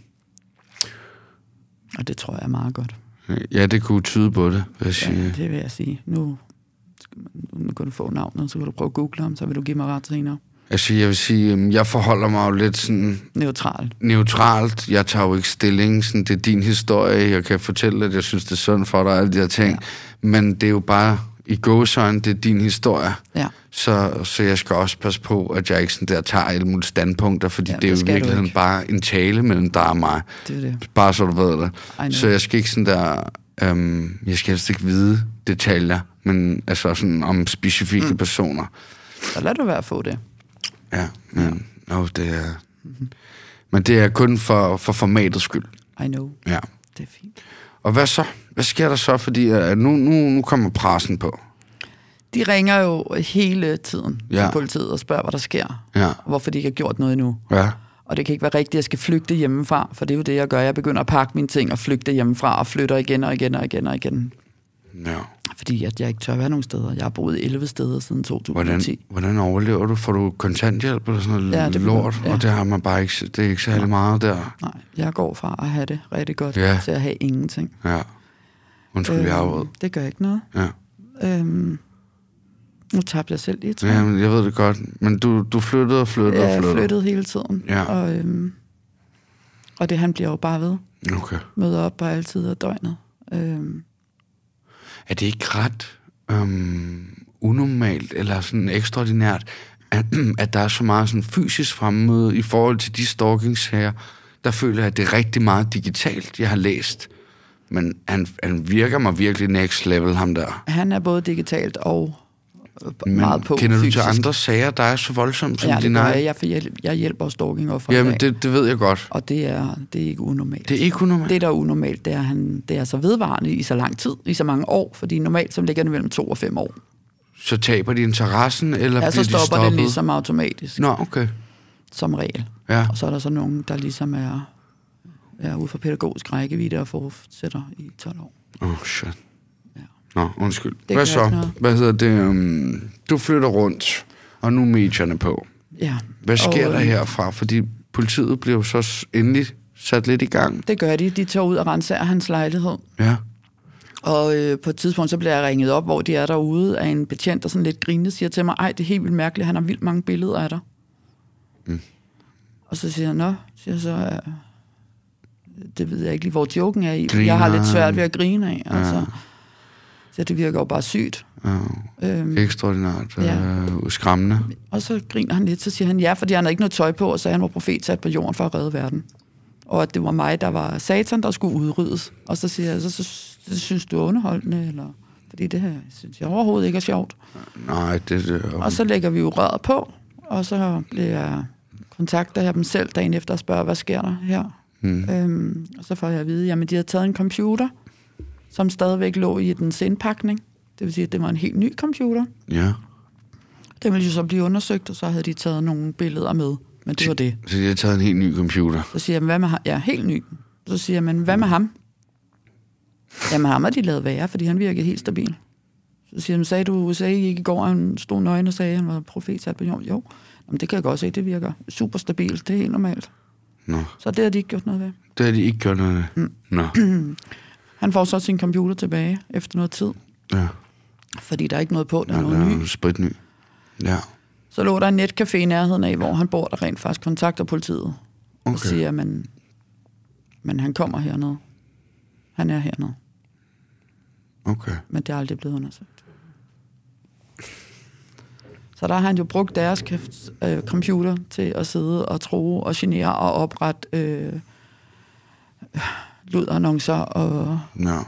Og det tror jeg er meget godt. Ja, det kunne tyde på det, vil jeg sige. Ja, det vil jeg sige. Nu kan du få navnet, så kan du prøve at google ham, så vil du give mig ret senere. Altså, jeg vil sige, jeg forholder mig jo lidt sådan... Neutralt. Jeg tager jo ikke stilling. Sådan, det er din historie. Jeg kan fortælle, at jeg synes, det er synd for dig, alle de her ting. Ja. Men det er jo bare i gåseøjne, det er din historie. Ja. Så jeg skal også passe på, at jeg ikke sådan der tager alle mulige standpunkter, fordi det er jo i virkeligheden bare en tale mellem dig og mig. Det er det. Bare så du ved det. Så jeg skal ikke sådan der... jeg skal helst ikke vide detaljer, men altså sådan om specifikke personer. Så lad du være at få det. Ja, men det er... Men det er kun for formatets skyld. I know. Ja. Det er fint. Og hvad så? Hvad sker der så? Fordi nu kommer pressen på. De ringer jo hele tiden til politiet og spørger, hvad der sker. Ja. Hvorfor de ikke har gjort noget endnu. Ja. Og det kan ikke være rigtigt, at jeg skal flygte hjemmefra, for det er jo det, jeg gør. Jeg begynder at pakke mine ting og flygte hjemmefra og flytter igen og igen og igen og igen. Ja. Fordi jeg ikke tør være nogen steder. Jeg har boet 11 steder siden 2010. Hvordan overlever du? Får du kontanthjælp eller sådan noget lort? Ja. Og det har man bare ikke, det er ikke særlig meget der. Nej, jeg går fra at have det rigtig godt til at have ingenting. Ja. Undskyld, jeg afråd. Det gør ikke noget. Ja. Nu tabte jeg selv lidt. Ja, jeg ved det godt. Men du flyttede og flyttede og flyttede. Jeg flyttede hele tiden. Ja. Og det han bliver jo bare ved. Okay. Møder op på alle tider af døgnet. Er det ikke ret unormalt eller sådan ekstraordinært, at der er så meget sådan fysisk fremmøde i forhold til de stalkingsager? Der føler jeg, at det er rigtig meget digitalt, jeg har læst. Men han virker mig virkelig next level, ham der. Han er både digitalt og meget på kender fysisk. Du til andre sager, der er så voldsomt som din egen? Jeg hjælper stalkingoffer. Jamen, det ved jeg godt. Og det er ikke unormalt. Det er ikke unormalt? Det, der er unormalt, det er så vedvarende i så lang tid, i så mange år, fordi normalt så ligger det mellem 2 og 5 år. Så taber de interessen, eller bliver de stoppet? Ja, så stopper det ligesom automatisk. Nå, okay. Som regel. Ja. Og så er der så nogen, der ligesom er er ude for pædagogisk rækkevidde og fortsætter i 12 år. Shit. Ja. Nå, undskyld. Det Hvad så? Hvad hedder det? Du flytter rundt, og nu er medierne på. Ja. Hvad sker der herfra? Fordi politiet bliver jo så endelig sat lidt i gang. Det gør de. De tager ud og renser hans lejlighed. Ja. Og på et tidspunkt, så bliver jeg ringet op, hvor de er derude af en betjent, der sådan lidt grinende siger til mig, ej, det er helt vildt mærkeligt, han har vildt mange billeder af dig. Og så siger jeg, nå, siger jeg så, det ved jeg ikke lige, hvor joken er i. Griner. Jeg har lidt svært ved at grine af. Altså. Så det virker jo bare sygt. Ekstraordinært. Skræmmende. Og så griner han lidt, så siger han, ja, fordi han havde ikke noget tøj på, og så han var profet sat på jorden for at redde verden. Og at det var mig, der var satan, der skulle udryddes. Og så siger jeg, så synes du er underholdende, eller... Fordi det her, synes jeg overhovedet ikke er sjovt. Nej, det Og så lægger vi jo røret på, og så bliver jeg kontakter jeg dem selv dagen efter og spørger, hvad sker der her? Og så får jeg at vide, jamen de har taget en computer, som stadigvæk lå i dens indpakning. Det vil sige, at det var en helt ny computer. Ja. Den ville jo så blive undersøgt, og så havde de taget nogle billeder med. Men det var det. Så de har taget en helt ny computer? Så siger jeg, hvad med ham? Ja, helt ny. Så siger jeg, men hvad med ham? Jamen ham har de lavet værre, fordi han virkede helt stabil. Så siger jeg, sagde I ikke i går, at han stod nøgen og sagde, at han var profet sat på jorden? Jo. Jamen det kan jeg godt se, det virker super stabilt. Det er helt normalt. Nå. Så det har de ikke gjort noget ved. Det har de ikke gjort noget ved? Nå. Han får så sin computer tilbage efter noget tid. Ja. Fordi der er ikke noget på, der er noget ny. Spritny. Ja. Så lå der en netcafé i nærheden af, hvor han bor, der rent faktisk kontakter politiet. Okay. Og siger, men han kommer hernede. Han er hernede. Okay. Men det er aldrig blevet undersøgt. Så der har han jo brugt deres computer til at sidde og true og genere og oprette ludannoncer og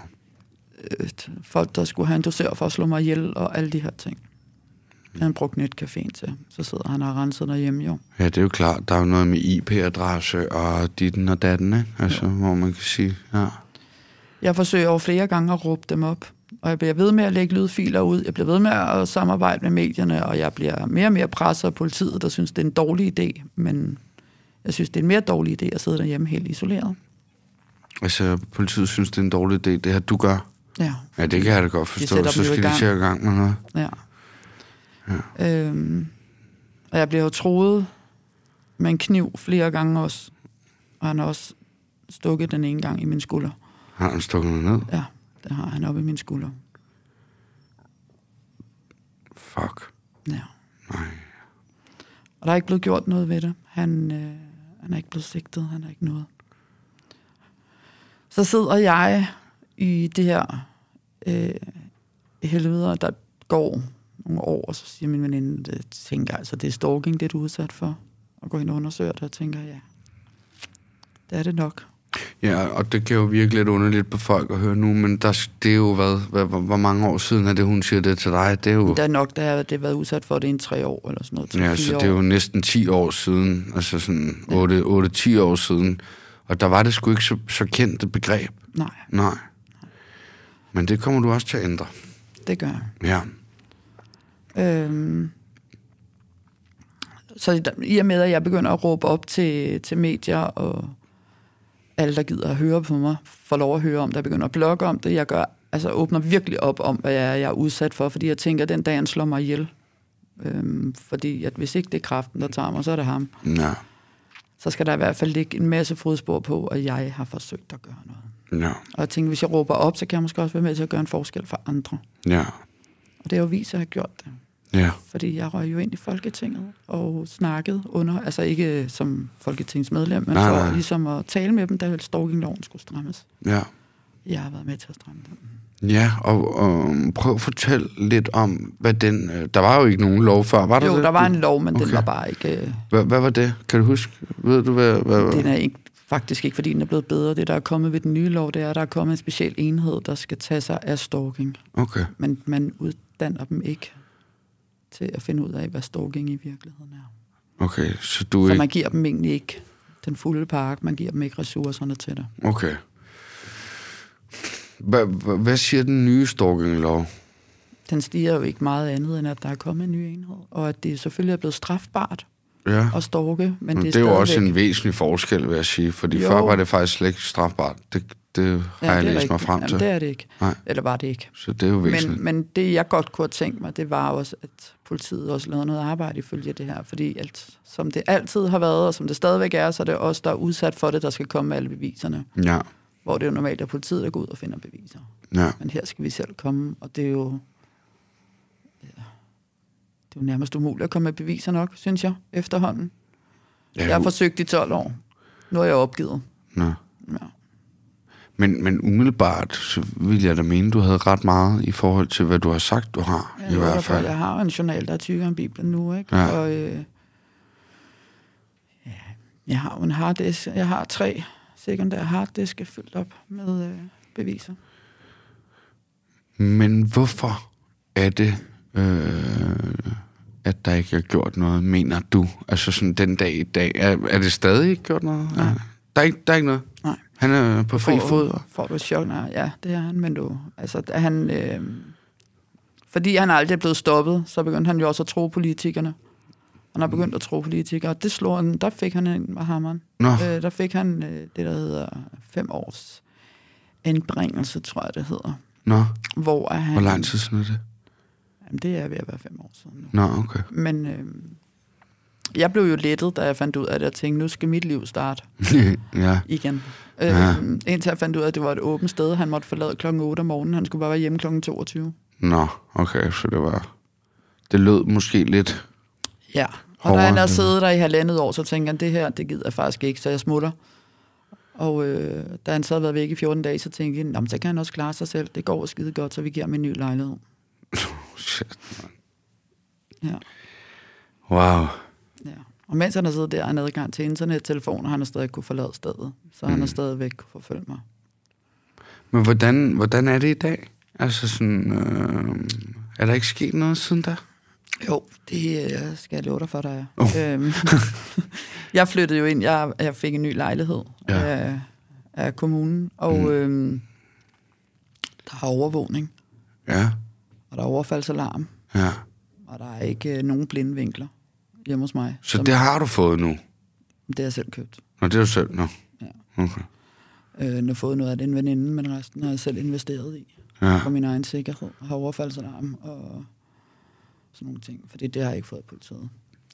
folk, der skulle have en dosør for at slå mig ihjel og alle de her ting. Det har han brugt netcaféen til. Så sidder han og renser derhjemme jo. Ja, det er jo klart. Der er jo noget med IP-adresse og ditten og datten, ikke? Altså, hvor man kan sige, ja. Jeg forsøger jo flere gange at råbe dem op. Og jeg bliver ved med at lægge lydfiler ud. Jeg bliver ved med at samarbejde med medierne, og jeg bliver mere og mere presset af politiet, der synes, det er en dårlig idé. Men jeg synes, det er en mere dårlig idé at sidde derhjemme helt isoleret. Altså, politiet synes, det er en dårlig idé, det her du gør? Ja. Ja, det kan jeg da godt forstå. Så skal de til i gang med noget. Ja. Og jeg bliver jo troet med en kniv flere gange også. Og han har også stukket den ene gang i min skulder. Har han stukket den ned? Ja, det har han oppe i min skulder. Fuck. Ja. Nej. Og der er ikke blevet gjort noget ved det. Han er ikke blevet sigtet, han er ikke noget. Så sidder jeg i det her helvede, der går nogle år, og så siger min veninde, det tænker altså, det er stalking, det du er udsat for, og går ind og undersøger det, og tænker, ja, det er det nok. Ja, og det kan jo virke lidt underligt på folk at høre nu, men det er jo hvor mange år siden er det, hun siger det til dig? Det er jo... Det er nok, det har været udsat for det i 3 år, eller sådan noget. Ja, så det er jo næsten 10 år siden, altså sådan 8-10 år siden, og der var det sgu ikke så kendt et begreb. Nej. Men det kommer du også til at ændre. Det gør jeg. Ja. Så i og med, at jeg begynder at råbe op til medier, og alle, der gider at høre på mig, får lov at høre om det, jeg begynder at blogge om det, jeg åbner virkelig op om, hvad jeg er udsat for, fordi jeg tænker, at den dag, han slår mig ihjel. Fordi at hvis ikke det er kræften, der tager mig, så er det ham. Ja. Så skal der i hvert fald ligge en masse fodspor på, at jeg har forsøgt at gøre noget. Ja. Og jeg tænker, hvis jeg råber op, så kan jeg måske også være med til at gøre en forskel for andre. Ja. Og det er jo vist, at jeg har gjort det. Ja. Fordi jeg røg jo ind i Folketinget og snakkede altså ikke som folketingsmedlem, men for ligesom at tale med dem, da stalkingloven skulle strammes. Ja. Jeg har været med til at stramme den. Ja, og prøv at fortælle lidt om, hvad den... Der var jo ikke nogen lov før, var der? Jo, det? Der var en lov, men den var bare ikke... Hvad var det? Kan du huske? Ved du, hvad... Den er faktisk ikke, fordi den er blevet bedre. Det, der er kommet ved den nye lov, det er, at der er kommet en speciel enhed, der skal tage sig af stalking. Okay. Men man uddanner dem ikke til at finde ud af, hvad stalking i virkeligheden er. Okay, så man giver dem egentlig ikke den fulde pakke, man giver dem ikke ressourcerne til det. Okay. Hvad siger den nye stalking-lov? Den stiger jo ikke meget andet, end at der er kommet en ny enhed, og at det selvfølgelig er blevet strafbart og stalke. Men det er jo også stadigvæk en væsentlig forskel, vil jeg sige, fordi før var det faktisk slet ikke strafbart. Det har jeg læst mig frem til. Det er det ikke. Nej. Eller var det ikke. Så det er jo væsentligt. Men det, jeg godt kunne have tænkt mig, det var også, at politiet også lavede noget arbejde ifølge det her. Fordi som det altid har været, og som det stadigvæk er, så er det os, der er udsat for det, der skal komme med alle beviserne. Ja. Hvor det er jo normalt, at politiet der går ud og finder beviser. Ja. Men her skal vi selv komme, og det er jo... Det er jo nærmest umuligt at komme med beviser nok, synes jeg, efterhånden. Ja, jeg har forsøgt i 12 år. Nu er jeg opgivet. Nå. Ja. Men umiddelbart, så vil jeg da mene, du havde ret meget i forhold til, hvad du har sagt, du har, i hvert fald. Jeg har en journal, der er tykkere end Bibelen nu, ikke? Ja. Og jeg har jo en harddisk. Jeg har 3 sekundære harddiske fyldt op med beviser. Men hvorfor er det, at der ikke er gjort noget, mener du? Altså sådan den dag i dag. Er det stadig ikke gjort noget? Nej. Der er ikke noget? Nej. Han er på fri fod? Får du et chok? Nej, ja, det er han, men han... fordi han aldrig er blevet stoppet, så begyndte han jo også at tro politikerne. Han har begyndt at tro politikere, og det slår han, der fik han en med hammeren. Der fik han det, der hedder 5 års anbringelse, tror jeg, det hedder. Nå. Hvor lang tid siden er det? Jamen, det er ved at være 5 år siden nu. Nå, okay. Men jeg blev jo lettet, da jeg fandt ud af det, og tænkte, nu skal mit liv starte igen. Indtil jeg fandt ud af, at det var et åbent sted. Han måtte forlade klokken 8 om morgenen. Han skulle bare være hjemme klokken 22. Nå, okay, så det lød måske lidt... Ja, og når han havde siddet der i 1,5 år, så tænkte han, det her, det gider jeg faktisk ikke, så jeg smutter. Og da han så havde været væk i 14 dage, så tænkte jeg, så kan han også klare sig selv. Det går skide godt, så vi giver ham en ny lejlighed. Shit, man. Ja. Wow. Ja. Og mens han har siddet der, har han adgang til internettelefon, og han har stadig kunne forlade stedet. Så han har stadigvæk kunne forfølge mig. Men hvordan er det i dag? Altså sådan, er der ikke sket noget siden da? Jo, det skal jeg love dig for, der er. Jeg flyttede jo ind, jeg fik en ny lejlighed af kommunen, og der er overvågning. Ja. Og der er overfaldsalarm. Ja. Og der er ikke nogen blinde vinkler hjemme hos mig. Så det har du fået nu? Det har jeg selv købt. Nå, det er du selv nu? Ja. Okay. Nu har fået noget af den veninde, men resten har jeg selv investeret i. For min egen sikkerhed. Jeg har overfaldsalarm og sådan nogle ting. For det har jeg ikke fået af politiet.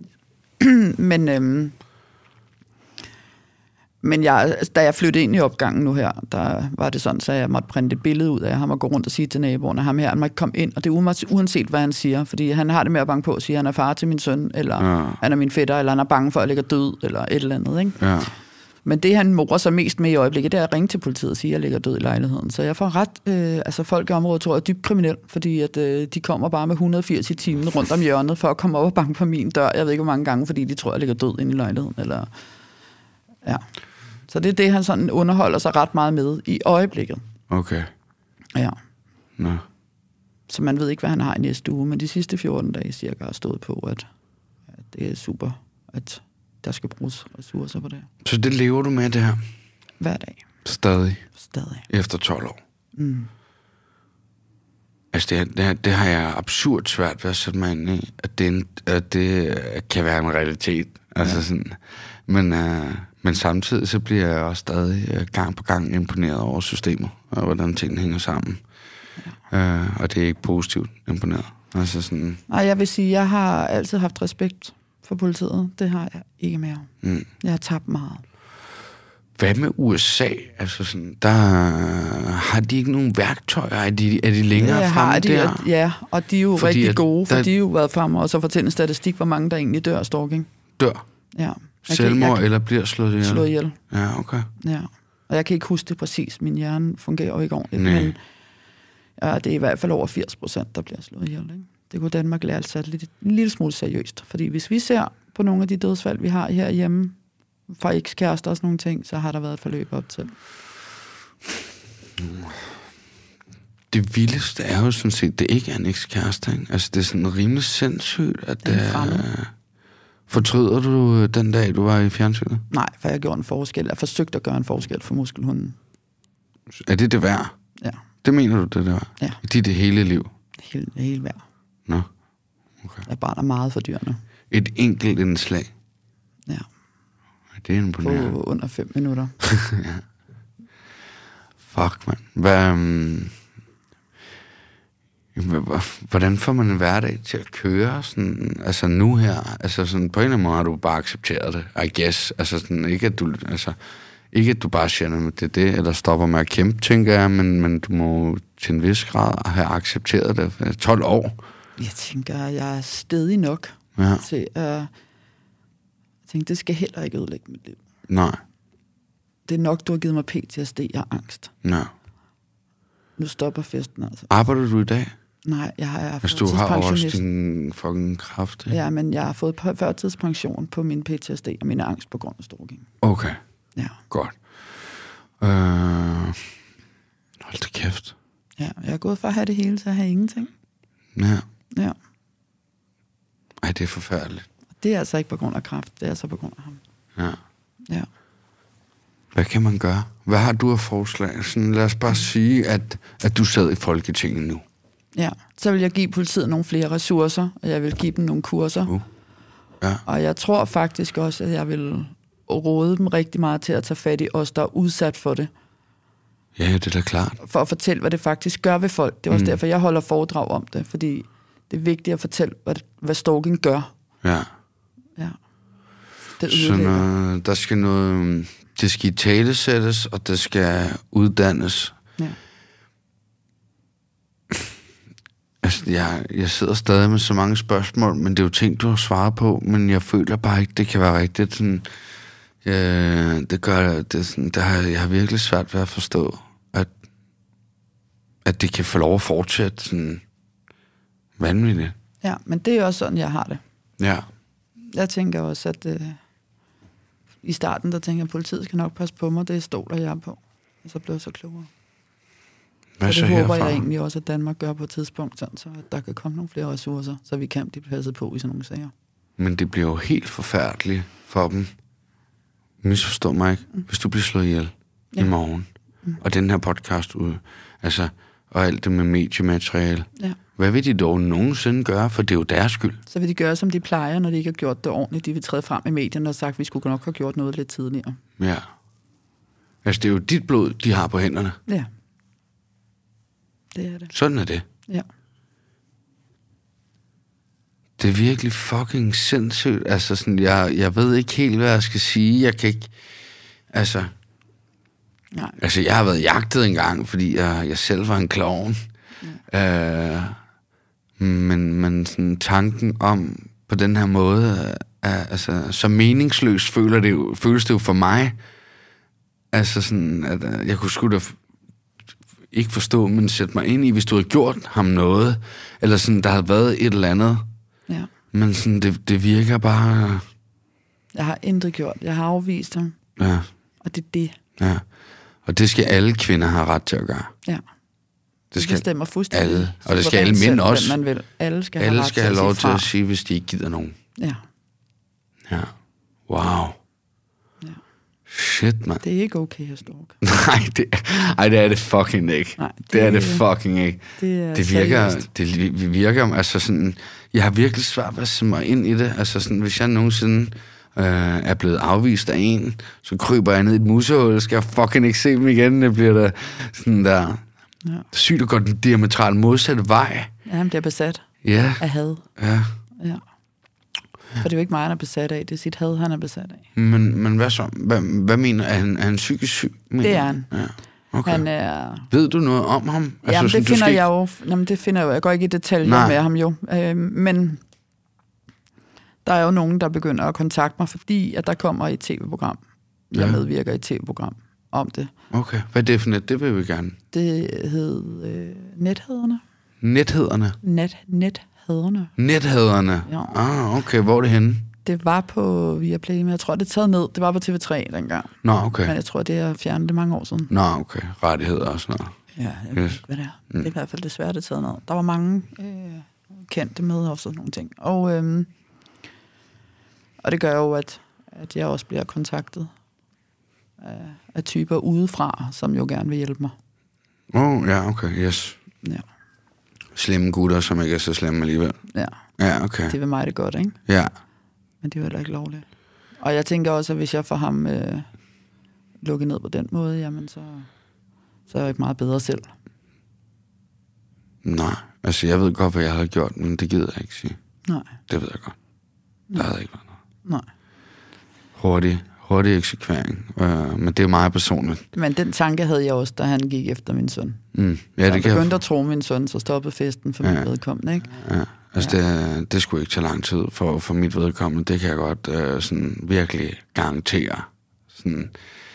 Men da jeg flyttede ind i opgangen nu her, der var det sådan, så jeg måtte printe et billede ud af ham og gå rundt og sige til naboerne, ham her, han må ikke komme ind. Og det er uanset, hvad han siger. Fordi han har det med at bange på at sige, at han er far til min søn, eller han er min fætter, eller han er bange for at ligge død, eller et eller andet. Ikke? Ja. Men det, han morer sig mest med i øjeblikket, det er at ringe til politiet og sige, at jeg ligger død i lejligheden. Så jeg får ret, folk i området tror, jeg er dybt kriminel, fordi at, de kommer bare med 180 i timen rundt om hjørnet for at komme op og banke på min dør. Jeg ved ikke, hvor mange gange, fordi de tror, jeg ligger død inde i lejligheden. Eller, ja. Så det er det, han sådan underholder sig ret meget med i øjeblikket. Okay. Ja. Nå. Så man ved ikke, hvad han har i næste uge, men de sidste 14 dage cirka har stået på, at det er super, at der skal bruges ressourcer på det. Så det lever du med, det her? Hver dag. Stadig? Stadig. Efter 12 år? Mm. Altså, det har jeg absurd svært ved at sætte mig ind i, at det kan være en realitet. Altså sådan, men samtidig så bliver jeg også stadig gang på gang imponeret over systemet, og hvordan tingene hænger sammen. Ja. Og det er ikke positivt imponeret. Altså sådan... Nej, jeg vil sige, jeg har altid haft respekt for politiet. Det har jeg ikke mere. Mm. Jeg har tabt meget. Hvad med USA? Altså sådan, der har de ikke nogen værktøjer? Er de længere fremme der? Ja, og de er jo rigtig gode, for de har jo været fremme og så fortælle en statistik, hvor mange der egentlig dør af stalking. Dør? Ja. Selvmord eller bliver slået ihjel? Slået ihjel. Ja, okay. Ja. Og jeg kan ikke huske det præcis. Min hjerne fungerer jo ikke ordentligt. Men det er i hvert fald over 80%, der bliver slået ihjel. Ikke? Det kunne Danmark lære altså en lille smule seriøst. Fordi hvis vi ser på nogle af de dødsfald, vi har herhjemme, fra ekskærester og sådan nogle ting, så har der været et forløb op til. Det vildeste er jo sådan set, det ikke er en ekskæreste, ikke? Altså det er sådan rimelig sindssygt, at det er fortryder du den dag, du var i fjernsynet? Nej, for jeg gjorde en forskel. Jeg forsøgte at gøre en forskel for muskelhunden. Er det værd? Ja. Det mener du, det værd? Ja. Det hele liv? Hele værd. Nå, okay. Jeg brænder meget for dyrene. Et enkelt indslag Ja. Det er imponerende. På under 5 minutter. Ja. Fuck, mand. Hvordan får man en hverdag til at køre sådan, altså nu her, altså sådan på en eller anden måde har du bare accepteret det, I guess, altså sådan, ikke at du bare siger, at det, eller stopper med at kæmpe, tænker jeg, men du må til en vis grad have accepteret det. 12 år. Jeg tænker, jeg er stedig nok til at tænke, det skal heller ikke ødelægge mit liv. Nej. Det er nok, du har givet mig PTSD og angst. Nej. Nu stopper festen altså. Arbejder du i dag? Nej, jeg har førtidspensionist. Du har også din fucking kraft, ikke? Ja, men jeg har fået førtidspension på min PTSD og min angst på grund af stalking. Okay. Ja. Godt. Hold da kæft. Ja, jeg er gået fra at have det hele til at have ingenting. Ja. Ja. Ej, det er forfærdeligt. Det er altså ikke på grund af kræft, det er altså på grund af ham. Ja. Ja. Hvad kan man gøre? Hvad har du af forslag? Sådan, lad os bare sige, at du sad i Folketinget nu. Ja, så vil jeg give politiet nogle flere ressourcer, og jeg vil give dem nogle kurser. Ja. Og jeg tror faktisk også, at jeg vil råde dem rigtig meget til at tage fat i os, der er udsat for det. Ja, det er da klart. For at fortælle, hvad det faktisk gør ved folk. Det er også derfor, jeg holder foredrag om det, fordi det er vigtigt at fortælle, hvad stalking gør. Ja. Ja. Så der skal noget... Det skal italesættes, og det skal uddannes. Ja. Altså, jeg sidder stadig med så mange spørgsmål, men det er jo ting, du har svaret på, men jeg føler bare ikke, det kan være rigtigt. Sådan, det gør det sådan, jeg har virkelig svært ved at forstå, at det kan få lov at fortsætte sådan vanvittigt. Ja, men det er også sådan, jeg har det. Ja. Jeg tænker også, at i starten, der tænker jeg, at politiet skal nok passe på mig, det stoler jeg på. Og så blev jeg så klogere. Hvad så det herfra? håber jeg egentlig også, at Danmark gør på et tidspunkt, sådan, så at der kan komme nogle flere ressourcer, så vi kan blive passet på i sådan nogle sager. Men det bliver jo helt forfærdeligt for dem. Misforstå mig ikke. Hvis du bliver slået ihjel i morgen, og den her podcast ude, altså, og alt det med mediemateriale, hvad vil de dog nogensinde gøre, for det er jo deres skyld? Så vil de gøre, som de plejer, når de ikke har gjort det ordentligt. De vil træde frem i medierne og sagt, at vi skulle nok have gjort noget lidt tidligere. Ja. Altså, det er jo dit blod, de har på hænderne. Ja. Det er det. Sådan er det. Ja. Det er virkelig fucking sindssygt. Altså, sådan, jeg ved ikke helt, hvad jeg skal sige. Jeg kan ikke... Altså... Nej. Altså, jeg har været jagtet engang, fordi jeg selv var en klovn. Ja. Men sådan tanken om på den her måde, altså, så meningsløst føles det jo for mig. Altså sådan, at jeg kunne sgu da ikke forstå, men sætte mig ind i, hvis du havde gjort ham noget, eller sådan, der havde været et eller andet. Ja. Men sådan, det virker bare... Jeg har intet gjort. Jeg har afvist ham. Ja. Og det er det. Ja. Og det skal alle kvinder have ret til at gøre. Ja. Det skal bestemmer fuldstændig. Alle. Og det skal alle mænd også. Man vil. Alle skal have lov til at sige, hvis de ikke gider nogen. Ja. Ja. Wow. Ja. Shit, mand. Det er ikke okay at stalke. Nej, det er det fucking ikke. Nej, det er det fucking ikke. Det virker, altså sådan, jeg har virkelig svært ved at se mig ind i det. Altså sådan, hvis jeg nogensinde er blevet afvist af en, så kryber jeg ned i et musehul, skal jeg fucking ikke se dem igen. Det bliver da sådan der... Ja. Sygt at gå den diametralt modsatte vej. Ja, han bliver besat af had. Ja. For det er jo ikke mig, han er besat af. Det er sit had, han er besat af. Men hvad så? Hvad mener er han psykisk syg? Det er han. Ja. Okay. Han er... Ved du noget om ham? Jamen, det finder jeg jo. Jamen, det finder jeg jo. Jeg går ikke i detaljer med ham jo. Men der er jo nogen, der begynder at kontakte mig, fordi at der kommer et tv-program. Jeg medvirker i et tv-program om det. Okay. Hvad er det for net? Det vil vi gerne. Det hed Nethæderne. Nethæderne? Nethæderne. Nethæderne? Ja. Okay. Hvor er det henne? Det var på Viaplay, men jeg tror, det er taget ned. Det var på TV3 dengang. Nå, okay. Men jeg tror, det er fjernet det mange år siden. Nå, okay. Rettigheder og sådan noget. Ja, jeg ved ikke, hvad det er. Det er i hvert fald desværre, det er taget ned. Der var mange kendte med og sådan nogle ting. Og det gør jo, at jeg også bliver kontaktet af typer udefra, som jo gerne vil hjælpe mig. Ja, okay, yes. Ja. Slemme gutter, som ikke er så slemme alligevel. Ja. Ja, okay. Det vil mig det godt, ikke? Ja. Men det er jo heller ikke lovligt. Og jeg tænker også, at hvis jeg får ham lukket ned på den måde, jamen så er jeg ikke meget bedre selv. Nej, altså jeg ved godt, hvad jeg havde gjort, men det gider jeg ikke sige. Nej. Det ved jeg godt. Der havde ikke været noget. Nej. Hurtig eksekvering, men det er meget personligt. Men den tanke havde jeg også, da han gik efter min søn. Ja, jeg det begyndte at tro min søn, så stoppede festen for mit vedkommende, ikke? Ja, altså det skulle ikke tage lang tid for mit vedkommende. Det kan jeg godt sådan virkelig garantere. Sådan,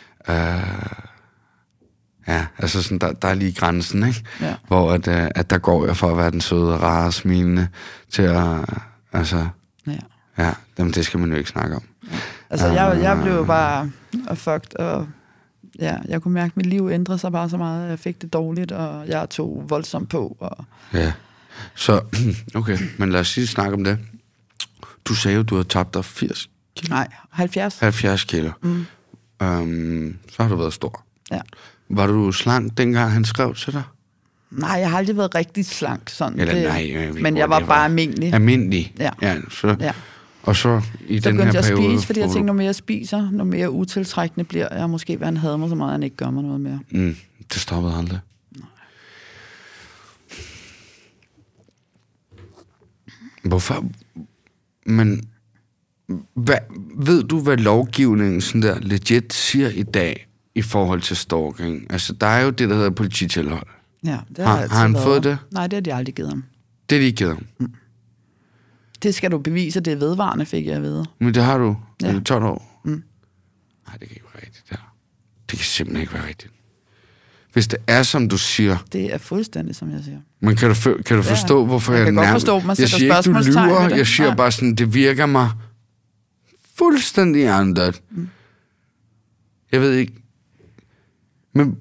ja, altså sådan, der er lige grænsen, ikke? Ja. Hvor at der går jeg for at være den søde, rare, smilende til at, altså... Ja, det skal man jo ikke snakke om. Ja. Altså, jeg blev jo bare fucked, og ja, jeg kunne mærke, at mit liv ændrede sig bare så meget. Jeg fik det dårligt, og jeg tog voldsomt på. Og... Ja, så okay, men lad os lige snakke om det. Du sagde jo, du havde tabt dig 80 kilo. Nej, 70. 70 kilo. Så har du været stor. Ja. Var du slank, dengang han skrev til dig? Nej, jeg har aldrig været rigtig slank. Sådan. Eller nej, men jeg var bare almindelig. Almindelig? Ja. Så... Og så i så den her periode... Så begyndte jeg at spise, fordi jeg tænkte, når mere jeg spiser, når mere utiltrækkende bliver jeg. Måske hvad han havde mig så meget, at han ikke gør mig noget mere. Det stoppede aldrig. Nej. Hvorfor? Men ved du, hvad lovgivningen sådan der legit siger i dag i forhold til stalking? Altså, der er jo det, der hedder polititilhold. Ja, det har han fået det? Nej, det har de aldrig givet ham. Det har de ikke givet ham? Det skal du bevise, det er vedvarende, fik jeg at vide. Men det har du? Ja. 12 år? Nej, det kan ikke være rigtigt. Det kan simpelthen ikke være rigtigt. Hvis det er, som du siger... Det er fuldstændig, som jeg siger. Men kan du forstå, hvorfor jeg kan godt forstå, man sætter spørgsmålstegn ved det. Jeg siger bare sådan, det virker mig fuldstændig andet. Jeg ved ikke... Men...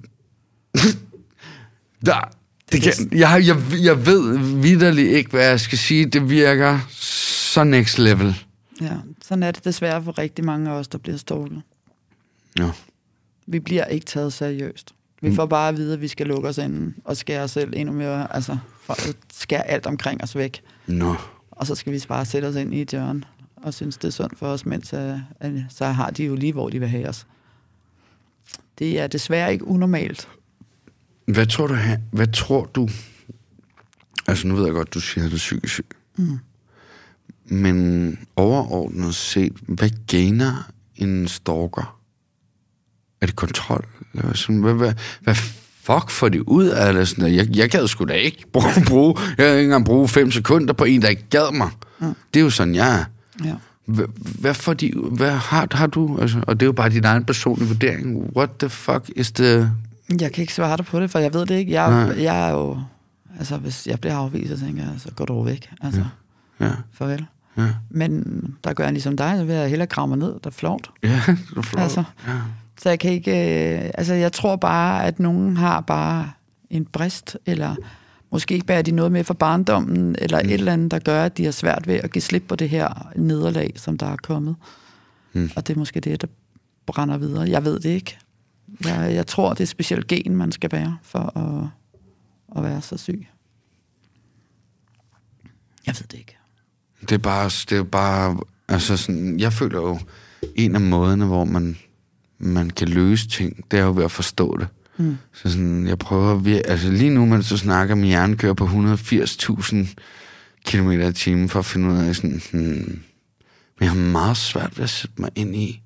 Jeg ved vitterligt ikke, hvad jeg skal sige. Det virker så next level. Ja, sådan er det desværre for rigtig mange af os, der bliver stalket. Ja. Vi bliver ikke taget seriøst. Vi får bare at vide, at vi skal lukke os ind og skære os selv endnu mere, altså skære alt omkring os væk. No. Og så skal vi bare sætte os ind i et hjørne og synes, det er sundt for os, mens så har de jo lige, hvor de vil have os. Det er desværre ikke unormalt. Hvad tror du, altså nu ved jeg godt, du siger, at du er psykisk syg. Men overordnet set, hvad gainer en stalker? Er det kontrol? Eller sådan, hvad fuck får det ud af det? Sådan, jeg gad sgu da ikke bruge, jeg havde ikke engang bruge 5 sekunder på en, der ikke gad mig. Det er jo sådan, jeg er. Ja. Hvad har du? Altså, og det er jo bare din egen personlige vurdering. What the fuck is the... Jeg kan ikke svare dig på det, for jeg ved det ikke. Jeg er jo... Altså, hvis jeg bliver afvist, så tænker jeg, så går du væk. Altså, farvel. Ja. Men der gør jeg ligesom dig, så vil jeg hellere grave mig ned. Det er flot. Ja, det er flot. Altså, så jeg kan ikke... altså, jeg tror bare, at nogen har bare en brist, eller måske bærer de noget med fra barndommen, eller et eller andet, der gør, at de har svært ved at give slip på det her nederlag, som der er kommet. Og det er måske det, der brænder videre. Jeg ved det ikke. Jeg tror, det er specielt gen, man skal bære for at være så syg. Jeg ved det ikke. Det er jo bare altså sådan, jeg føler jo, en af måderne, hvor man kan løse ting, det er jo ved at forstå det. Så sådan, jeg prøver, altså lige nu, mens du snakker, min hjerne kører på 180.000 kilometer i timen, for at finde ud af sådan, men jeg har meget svært ved at sætte mig ind i.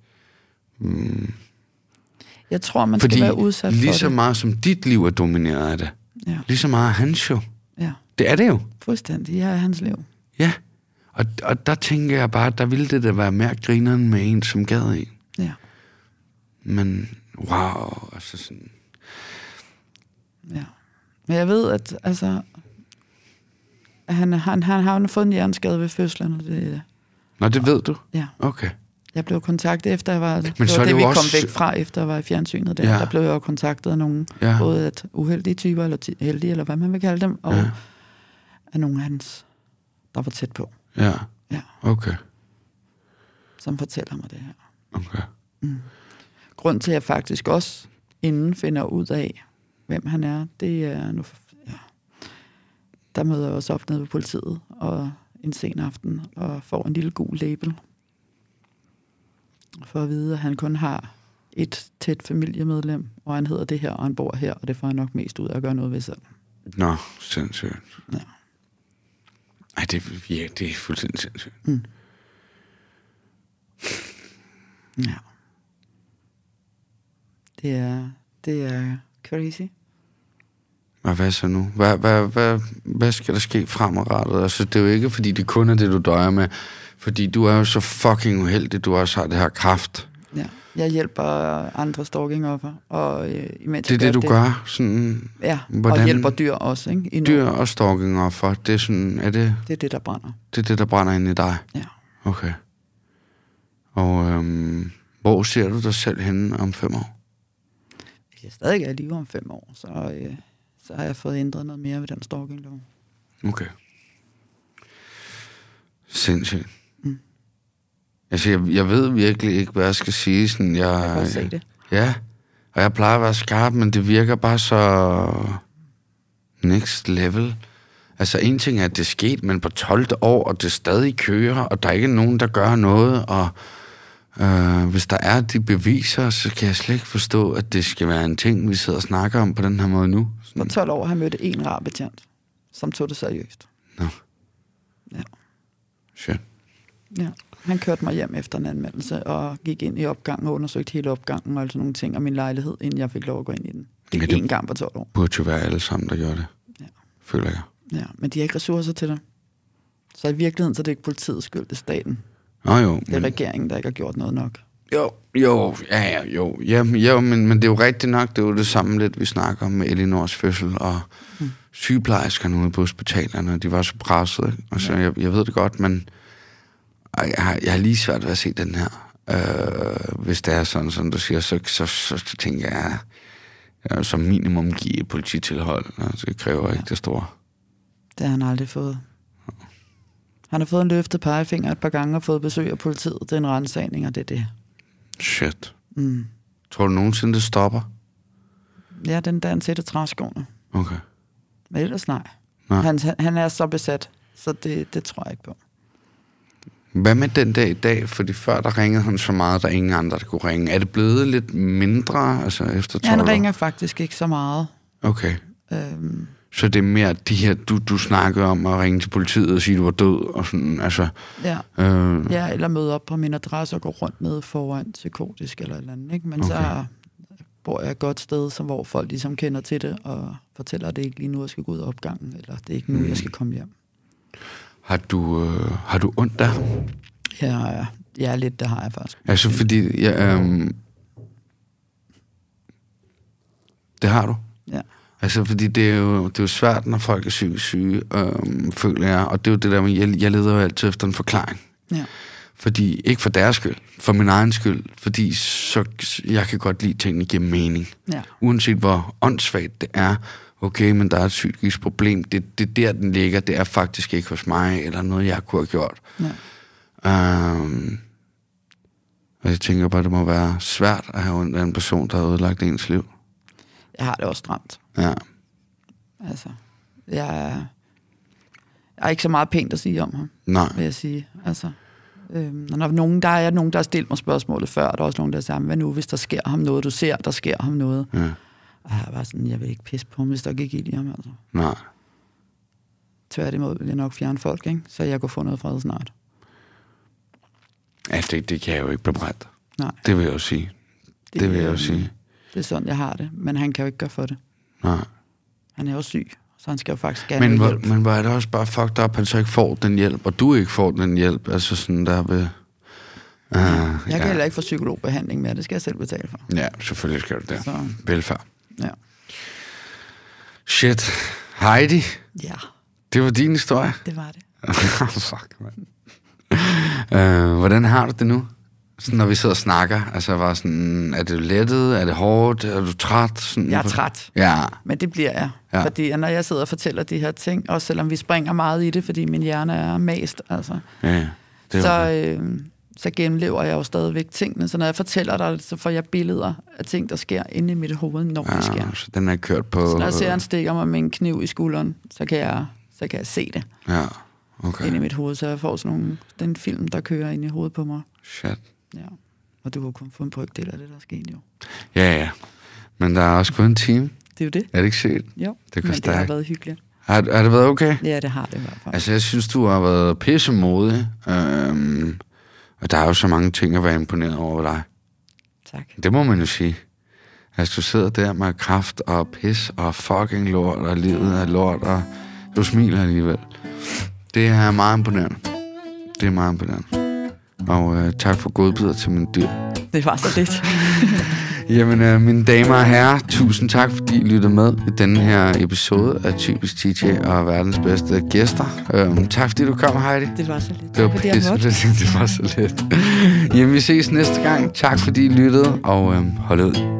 Jeg tror, man skal være udsat for det. Lige så meget som dit liv er domineret af det. Ja. Lige så meget hans jo. Ja. Det er det jo. Fuldstændig. Jeg er hans liv. Ja. Og der tænker jeg bare, der ville det da være mere grineren med en, som gad en. Ja. Men wow, altså sådan... Ja. Men jeg ved, at altså... Han har fået en hjerneskade ved fødslen, og det... Nå, det ved du? Ja. Okay. Jeg blev kontaktet efter, jeg var... Men så det det vi også... kom væk fra, efter jeg var i fjernsynet der. Ja. Der blev jeg jo kontaktet af nogle, både at uheldige typer, eller heldige, eller hvad man vil kalde dem, og af nogle af hans, der var tæt på. Ja. Ja. Okay. Som fortæller mig det her. Okay. Grunden til, at jeg faktisk også inden finder ud af, hvem han er, det er nu... Ja. Der møder jeg også op nede ved politiet, og en sen aften, og får en lille gul label. For at vide, at han kun har et tæt familiemedlem, og han hedder det her, og han bor her, og det får han nok mest ud af at gøre noget ved selv. Nå, sindssygt. Ja. Ej, det er fuldstændig sindssygt. Ja. Det er crazy. Og hvad så nu? Hvad skal der ske fremadrettet? Altså, det er jo ikke, fordi det kun er det, du døjer med. Fordi du er jo så fucking uheldig, du også har det her kræft. Ja, jeg hjælper andre stalking-offer. Og imens det er det, du gør? Sådan, ja, hvordan? og hjælper dyr også. Ikke? Dyr og stalking-offer, det er sådan, er det... Det er det, der brænder. Det er det, der brænder ind i dig? Ja. Okay. Og hvor ser du dig selv henne om 5 år? Hvis jeg stadig er i live om 5 år, så har jeg fået ændret noget mere ved den stalking-lov. Okay. Sindssygt. Altså, jeg ved virkelig ikke, hvad jeg skal sige. Sådan, Jeg kan godt se det. Ja, og jeg plejer at være skarp, men det virker bare så next level. Altså, en ting er, at det er sket, men på 12. år, og det stadig kører, og der er ikke nogen, der gør noget, og hvis der er de beviser, så kan jeg slet ikke forstå, at det skal være en ting, vi sidder og snakker om på den her måde nu. På 12 år har jeg mødt en rar betjent, som tog det seriøst. Nå. Ja. Shit. Ja. Han kørte mig hjem efter en anmeldelse, og gik ind i opgangen og undersøgte hele opgangen og altså nogle ting om min lejlighed, inden jeg fik lov at gå ind i den. Det er en gang på 12 år. Burde jo være alle sammen, der gjorde det. Ja. Føler jeg. Ja, men de har ikke ressourcer til det. Så i virkeligheden så er det ikke politiets skyld, det er staten. Jo, det er regeringen, der ikke har gjort noget nok. Jo, men det er jo rigtigt nok, det er jo det samme lidt, vi snakker om med Elinors fødsel, og sygeplejerskerne ude på hospitalerne, de var så presset, ikke? Altså, jeg ved det godt, men jeg har lige svært ved at se den her. Hvis det er sådan, som du siger, så tænker jeg som minimum give polititilhold. Altså, det kræver ikke det store. Det har han aldrig fået. Han har fået en løftet pegefinger et par gange og fået besøg af politiet. Det er en ransagning, og det er det. Shit. Tror du nogensinde, det stopper? Ja, den der han sætter træskoene. Okay. Men ellers nej. Han er så besat, så det tror jeg ikke på. Hvad med den dag i dag? Fordi før der ringede han så meget, der ingen andre, der kunne ringe. Er det blevet lidt mindre, altså efter 12 år? Han ringer faktisk ikke så meget. Okay. Så det er mere de her, du snakker om at ringe til politiet og sige, du var død og sådan, altså... Ja, ja, eller møde op på min adresse og gå rundt nede foran psykotisk eller et eller andet, ikke? Men okay. Så bor jeg et godt sted, hvor folk ligesom kender til det og fortæller, at det ikke lige nu, jeg skal gå ud af opgangen, eller det er ikke nu, jeg skal komme hjem. Har du ondt der? Ja, lidt, det har jeg faktisk. Altså, fordi... det har du? Ja. Altså, fordi det er jo svært, når folk er psykisk syge, føler jeg. Og det er jo det der med, jeg leder jo altid efter en forklaring. Ja. Fordi, ikke for deres skyld, for min egen skyld. Fordi så jeg kan godt lide tingene giver mening. Ja. Uanset hvor åndssvagt det er. Okay, men der er et psykisk problem. Det er der, den ligger. Det er faktisk ikke hos mig, eller noget, jeg kunne have gjort. Ja. Og jeg tænker bare, det må være svært at have en person, der har ødelagt ens liv. Jeg har det også stramt. Ja. Altså, jeg er ikke så meget pænt at sige om ham. Nej. Vil jeg sige. Altså, der er nogen, der har stillet mig spørgsmålet før, og der er også nogen, der siger, hvad nu, hvis der sker ham noget, du ser, der sker ham noget. Ja. Og jeg var sådan, jeg vil ikke pisse på ham, hvis der gik ild i ham, altså. Nej. Tværtimod vil jeg nok fjerne folk, ikke? Så jeg kunne få noget fred snart. Ja, det kan jeg jo ikke bebrejde. Nej. Det vil jeg jo sige. Det vil jeg jo sige. Det er sådan, jeg har det. Men han kan jo ikke gøre for det. Nej. Han er jo syg, så han skal jo faktisk gerne have hjælp. Men hvor er det også bare fucked up, han så ikke får den hjælp, og du ikke får den hjælp. Altså sådan der ved... Jeg kan heller ikke få psykologbehandling mere, det skal jeg selv betale for. Ja, selvfølgelig skal du det. Så. Velfærd. Ja. Shit. Heidi. Ja. Det var din historie. Det var det. Fuck, man. Hvordan har du det nu? Sådan, når vi sidder og snakker, altså var sådan, er det lettet, er det hårdt, er du træt? Sådan, jeg er træt, men det bliver jeg. Ja. Fordi når jeg sidder og fortæller de her ting, også selvom vi springer meget i det, fordi min hjerne er mast, altså, så gennemlever jeg jo stadigvæk tingene. Så når jeg fortæller dig, så får jeg billeder af ting, der sker inde i mit hoved, når det sker. Så den er kørt på... Så når jeg ser, han stikker mig med en kniv i skulderen, så kan jeg se det. Ja, okay. Inde i mit hoved, så jeg får sådan den film, der kører ind i hovedet på mig. Shit. Ja. Og du har kun fået en brygdel af det, der er sket jo. Ja. Men der er også kun en time. Det er jo det. Er det ikke sygt? Jo, det men det har været hyggeligt. Har det været okay? Ja, det har det i hvert fald. Altså, jeg synes, du har været pissemodig. Og der er jo så mange ting at være imponeret over dig. Tak. Det må man jo sige. Altså, du sidder der med kraft og pis og fucking lort, og livet er lort, og du smiler alligevel. Det er meget imponerende. Det er meget imponerende. Og tak for godbidder til min dyr. Det var så lidt. Jamen, mine damer og herrer, tusind tak, fordi I lyttede med i denne her episode af Typisk TJ og verdens bedste gæster. Tak, fordi du kom, Heidi. Det var så lidt. Det var pisse. Det var så lidt. Jamen, vi ses næste gang. Tak, fordi I lyttede, og hold ud.